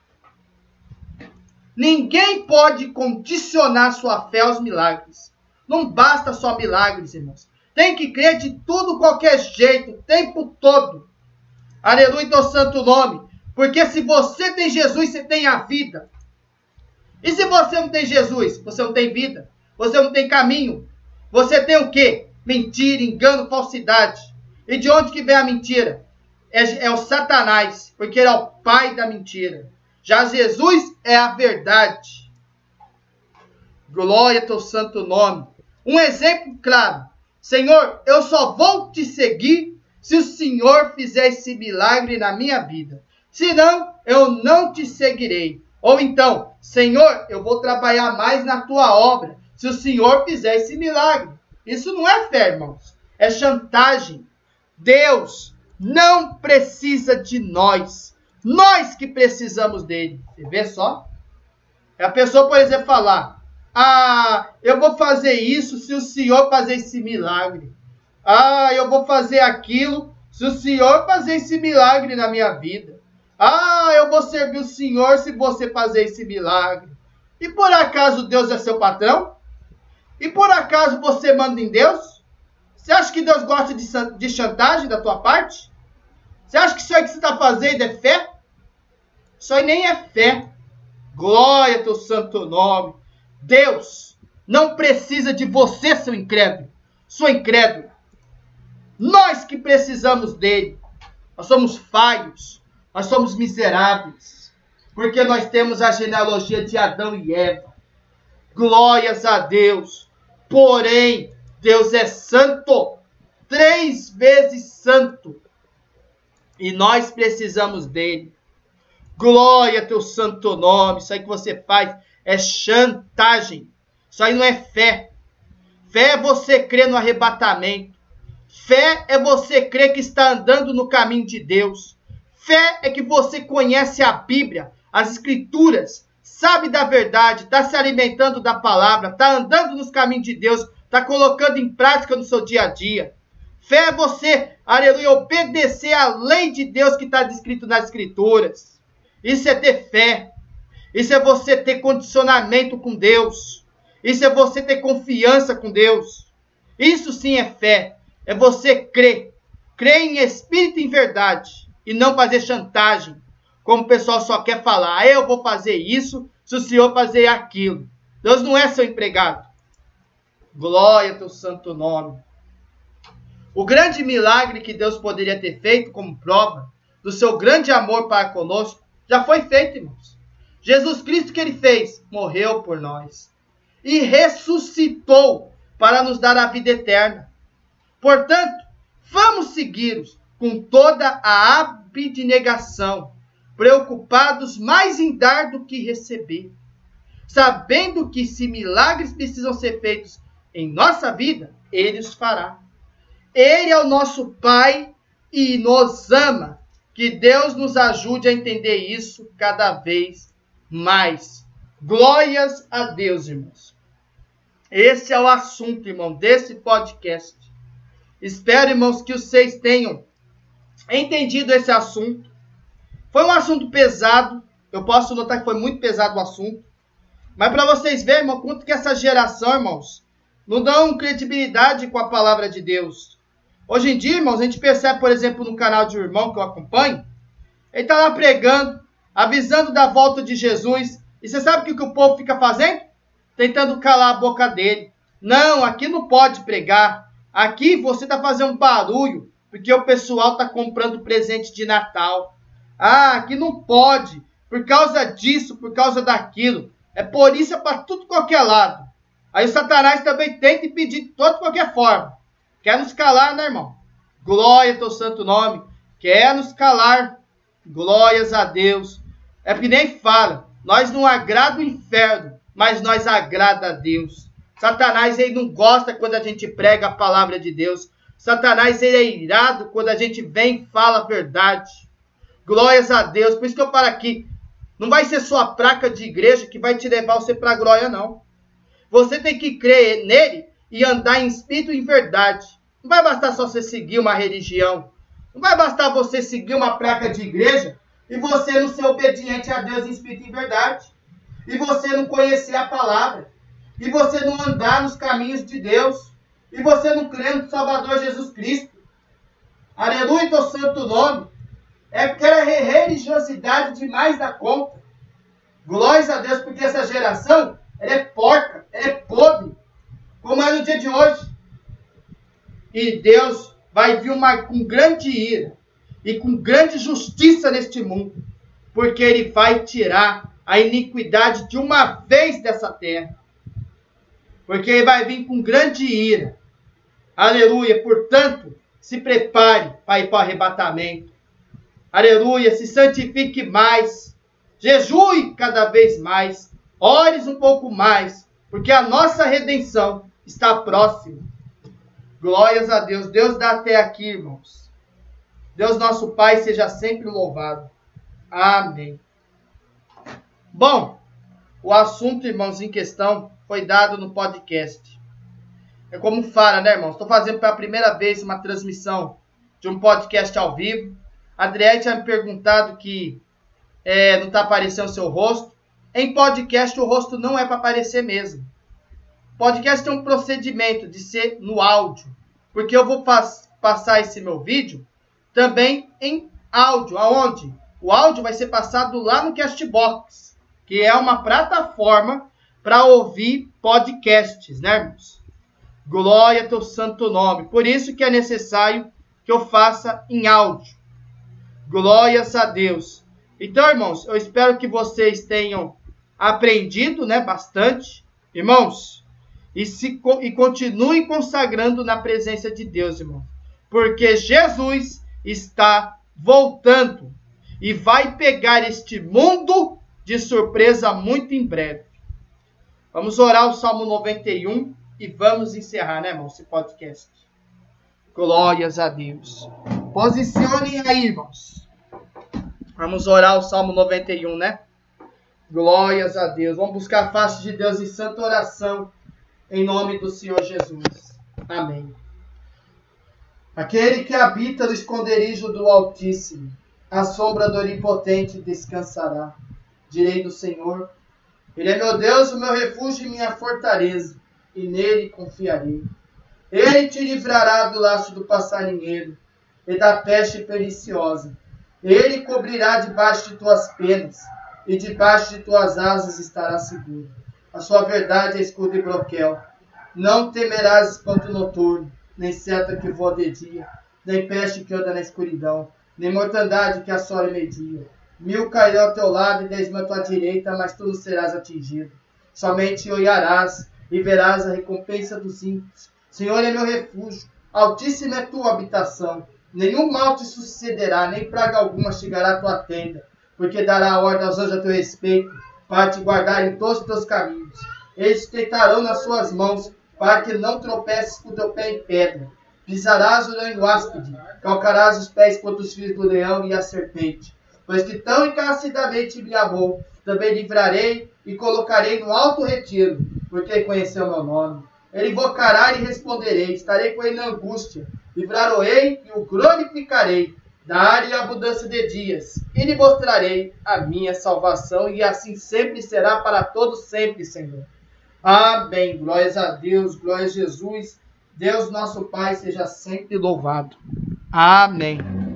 Ninguém pode condicionar sua fé aos milagres. Não basta só milagres, irmãos. Tem que crer de tudo, qualquer jeito, o tempo todo. Aleluia, teu santo nome. Porque se você tem Jesus, você tem a vida. E se você não tem Jesus, você não tem vida. Você não tem caminho. Você tem o quê? Mentira, engano, falsidade. E de onde que vem a mentira? É o Satanás, porque ele é o pai da mentira. Já Jesus é a verdade. Glória ao teu santo nome. Um exemplo claro. Senhor, eu só vou te seguir se o Senhor fizer esse milagre na minha vida. Senão, eu não te seguirei. Ou então, Senhor, eu vou trabalhar mais na tua obra se o Senhor fizer esse milagre. Isso não é fé, irmãos. É chantagem. Deus não precisa de nós. Nós que precisamos dele. Você vê só? A pessoa, por exemplo, falar: eu vou fazer isso se o Senhor fazer esse milagre. Eu vou fazer aquilo se o Senhor fazer esse milagre na minha vida. Eu vou servir o Senhor se você fazer esse milagre. E por acaso Deus é seu patrão? E por acaso você manda em Deus? Você acha que Deus gosta de chantagem da tua parte? Você acha que isso aí que você está fazendo é fé? Isso aí nem é fé. Glória ao teu santo nome. Deus não precisa de você, seu incrédulo. Sua incrédula. Nós que precisamos dele. Nós somos falhos. Nós somos miseráveis. Porque nós temos a genealogia de Adão e Eva. Glórias a Deus. Porém, Deus é santo. 3 vezes santo. E nós precisamos dele. Glória ao teu santo nome. Isso aí que você faz é chantagem. Isso aí não é fé. Fé é você crer no arrebatamento. Fé é você crer que está andando no caminho de Deus. Fé é que você conhece a Bíblia, as Escrituras, sabe da verdade, está se alimentando da palavra, está andando nos caminhos de Deus, está colocando em prática no seu dia a dia. Fé é você, aleluia, obedecer à lei de Deus que está descrito nas Escrituras. Isso é ter fé. Isso é você ter condicionamento com Deus. Isso é você ter confiança com Deus. Isso sim é fé. É você crer. Crer em espírito e em verdade. E não fazer chantagem. Como o pessoal só quer falar: eu vou fazer isso se o Senhor fazer aquilo. Deus não é seu empregado. Glória ao teu santo nome. O grande milagre que Deus poderia ter feito como prova do seu grande amor para conosco já foi feito, irmãos. Jesus Cristo que ele fez, morreu por nós. E ressuscitou para nos dar a vida eterna. Portanto, vamos segui-los com toda a abnegação, preocupados mais em dar do que receber. Sabendo que se milagres precisam ser feitos em nossa vida, ele os fará. Ele é o nosso Pai e nos ama. Que Deus nos ajude a entender isso cada vez mais. Glórias a Deus, irmãos. Esse é o assunto, irmão, desse podcast. Espero, irmãos, que vocês tenham entendido esse assunto. Foi um assunto pesado. Eu posso notar que foi muito pesado o assunto. Mas para vocês verem, irmão, quanto que essa geração, irmãos, não dão credibilidade com a palavra de Deus. Hoje em dia, irmãos, a gente percebe, por exemplo, no canal de um irmão que eu acompanho, ele está lá pregando, avisando da volta de Jesus. E você sabe o que o povo fica fazendo? Tentando calar a boca dele. Não, aqui não pode pregar. Aqui você está fazendo barulho, porque o pessoal está comprando presente de Natal. Aqui não pode, por causa disso, por causa daquilo. É polícia para tudo qualquer lado. Aí o Satanás também tenta impedir de toda qualquer forma. Quer nos calar, né, irmão? Glória ao teu santo nome. Quer nos calar. Glórias a Deus. É porque nem fala. Nós não agrada o inferno, mas nós agrada a Deus. Satanás, ele não gosta quando a gente prega a palavra de Deus. Satanás, ele é irado quando a gente vem e fala a verdade. Glórias a Deus. Por isso que eu paro aqui. Não vai ser só a placa de igreja que vai te levar você para a glória, não. Você tem que crer nele e andar em espírito e em verdade. Não vai bastar só você seguir uma religião. Não vai bastar você seguir uma placa de igreja e você não ser obediente a Deus em espírito e em verdade. E você não conhecer a palavra. E você não andar nos caminhos de Deus. E você não crer no Salvador Jesus Cristo. Aleluia, teu santo nome. É aquela religiosidade demais da conta. Glórias a Deus, porque essa geração, ela é porca, ela é podre. Como é no dia de hoje. E Deus vai vir com grande ira e com grande justiça neste mundo. Porque Ele vai tirar a iniquidade de uma vez dessa terra. Porque Ele vai vir com grande ira. Aleluia. Portanto, se prepare para ir para o arrebatamento. Aleluia. Se santifique mais. Jejue cada vez mais. Ores um pouco mais. Porque a nossa redenção está próxima. Glórias a Deus. Deus dá até aqui, irmãos. Deus nosso Pai seja sempre louvado. Amém. Bom, o assunto, irmãos, em questão foi dado no podcast. É como fala, né, irmãos? Estou fazendo pela primeira vez uma transmissão de um podcast ao vivo. A Adriele tinha me perguntado que não está aparecendo o seu rosto. Em podcast, o rosto não é para aparecer mesmo. Podcast tem um procedimento de ser no áudio. Porque eu vou passar esse meu vídeo também em áudio. Aonde? O áudio vai ser passado lá no Castbox, que é uma plataforma para ouvir podcasts, né, irmãos? Glória ao teu santo nome. Por isso que é necessário que eu faça em áudio. Glórias a Deus. Então, irmãos, eu espero que vocês tenham aprendido, né, bastante. Irmãos, e continuem consagrando na presença de Deus, irmão. Porque Jesus está voltando e vai pegar este mundo de surpresa muito em breve. Vamos orar o Salmo 91 e vamos encerrar, né, irmão, esse podcast. Glórias a Deus. Posicionem aí, irmãos. Vamos orar o Salmo 91, né? Glórias a Deus. Vamos buscar a face de Deus em santa oração, em nome do Senhor Jesus. Amém. Aquele que habita no esconderijo do Altíssimo, à sombra do Onipotente descansará. Direi do Senhor, Ele é meu Deus, o meu refúgio e minha fortaleza, e nele confiarei. Ele te livrará do laço do passarinheiro e da peste perniciosa. Ele cobrirá debaixo de tuas penas, e debaixo de tuas asas estará seguro. A sua verdade é escudo e broquel. Não temerás espanto noturno, nem seta que voa de dia, nem peste que anda na escuridão, nem mortandade que assola meio-dia. 1000 cairão ao teu lado e 10.000 à tua direita, mas tu não serás atingido. Somente olharás e verás a recompensa dos ímpios. Senhor é meu refúgio, altíssima é tua habitação. Nenhum mal te sucederá, nem praga alguma chegará à tua tenda, porque dará ordem aos anjos a teu respeito, para te guardar em todos os teus caminhos. Eles te tentarão nas suas mãos, para que não tropeces com o teu pé em pedra. Pisarás o leão áspide, calcarás os pés contra os filhos do leão e a serpente. Pois que tão encarecidamente me amou, também livrarei e colocarei no alto retiro, porque conheceu meu nome. Ele invocará e responderei, estarei com ele na angústia, livrar-o-ei e o glorificarei, dar-lhe abundância de dias, e lhe mostrarei a minha salvação, e assim sempre será para todos sempre, Senhor. Amém. Glórias a Deus, glórias a Jesus. Deus nosso Pai seja sempre louvado. Amém.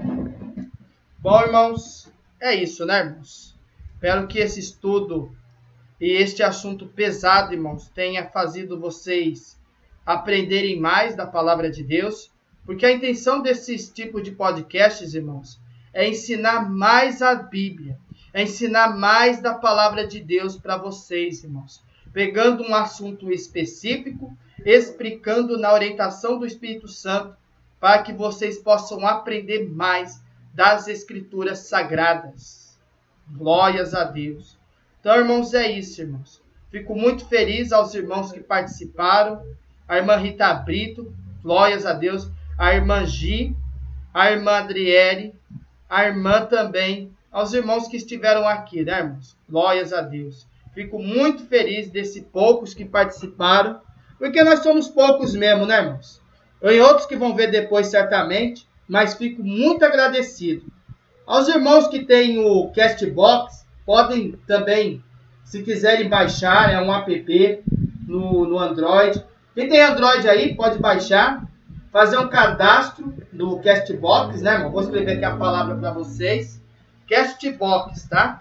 Bom, irmãos, é isso, né, irmãos? Espero que esse estudo e este assunto pesado, irmãos, tenha fazido vocês aprenderem mais da palavra de Deus, porque a intenção desses tipos de podcasts, irmãos, é ensinar mais a Bíblia, é ensinar mais da palavra de Deus para vocês, irmãos, pegando um assunto específico, explicando na orientação do Espírito Santo, para que vocês possam aprender mais das Escrituras Sagradas. Glórias a Deus. Então, irmãos, é isso, irmãos. Fico muito feliz aos irmãos que participaram. A irmã Rita Brito, glórias a Deus. A irmã Gi, a irmã Adriele, a irmã também, aos irmãos que estiveram aqui, né, irmãos? Glórias a Deus. Fico muito feliz desses poucos que participaram, Porque nós somos poucos mesmo, né, irmãos? E outros que vão ver depois, certamente, mas fico muito agradecido. Aos irmãos que têm o Castbox, podem também, se quiserem baixar, é um app no Android. Quem tem Android aí, pode baixar, fazer um cadastro do Castbox, né, irmão? Vou escrever aqui a palavra para vocês. Castbox, tá?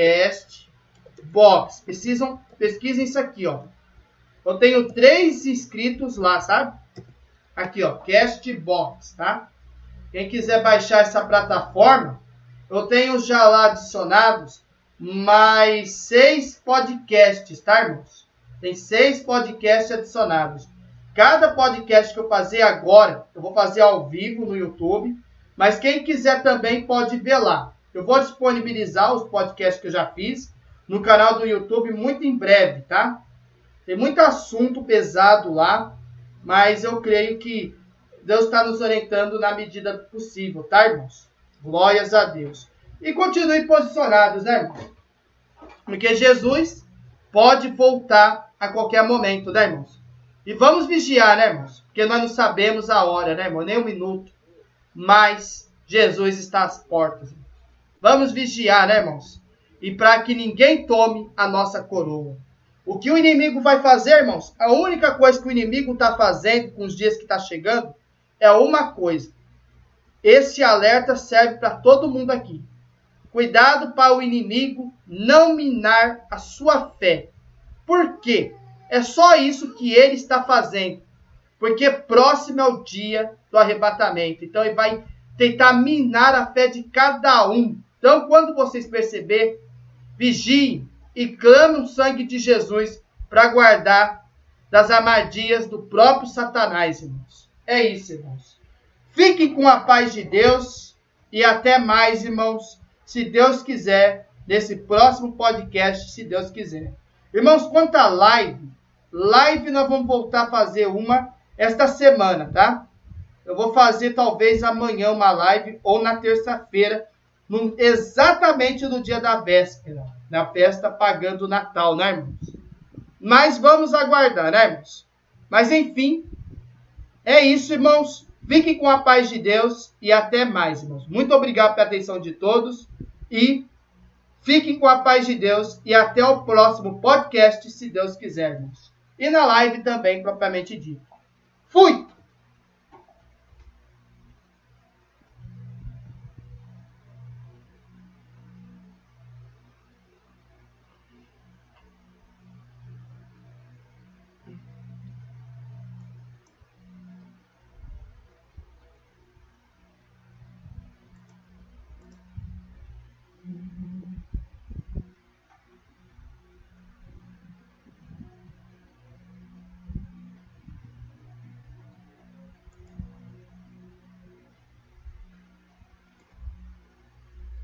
Castbox. Pesquisem isso aqui, ó. Eu tenho 3 inscritos lá, sabe? Aqui, ó, Castbox, tá? Quem quiser baixar essa plataforma, eu tenho já lá adicionados mais 6 podcasts, tá, irmãos? Tem 6 podcasts adicionados. Cada podcast que eu fazer agora, eu vou fazer ao vivo no YouTube, mas quem quiser também pode ver lá. Eu vou disponibilizar os podcasts que eu já fiz no canal do YouTube muito em breve, tá? Tem muito assunto pesado lá, mas eu creio que Deus está nos orientando na medida possível, tá, irmãos? Glórias a Deus. E continue posicionados, né, irmãos? Porque Jesus pode voltar a qualquer momento, né, irmãos? E vamos vigiar, né, irmãos? Porque nós não sabemos a hora, né, irmão? Nem um minuto. Mas Jesus está às portas. Vamos vigiar, né, irmãos? E para que ninguém tome a nossa coroa. O que o inimigo vai fazer, irmãos? A única coisa que o inimigo está fazendo com os dias que está chegando é uma coisa. Esse alerta serve para todo mundo aqui. Cuidado para o inimigo não minar a sua fé. Por quê? É só isso que ele está fazendo. Porque próximo é o dia do arrebatamento. Então ele vai tentar minar a fé de cada um. Então quando vocês perceberem, vigiem e clamem o sangue de Jesus para guardar das armadilhas do próprio Satanás, irmãos. É isso, irmãos. Fiquem com a paz de Deus e até mais, irmãos, se Deus quiser, nesse próximo podcast, se Deus quiser. Irmãos, quanto à live nós vamos voltar a fazer uma esta semana, tá? Eu vou fazer talvez amanhã uma live ou na terça-feira, exatamente no dia da véspera, na festa pagando o Natal, né, irmãos? Mas vamos aguardar, né, irmãos? Mas enfim, é isso, irmãos. Fiquem com a paz de Deus e até mais, irmãos. Muito obrigado pela atenção de todos e fiquem com a paz de Deus e até o próximo podcast, se Deus quiser, irmãos. E na live também, propriamente dito. Fui!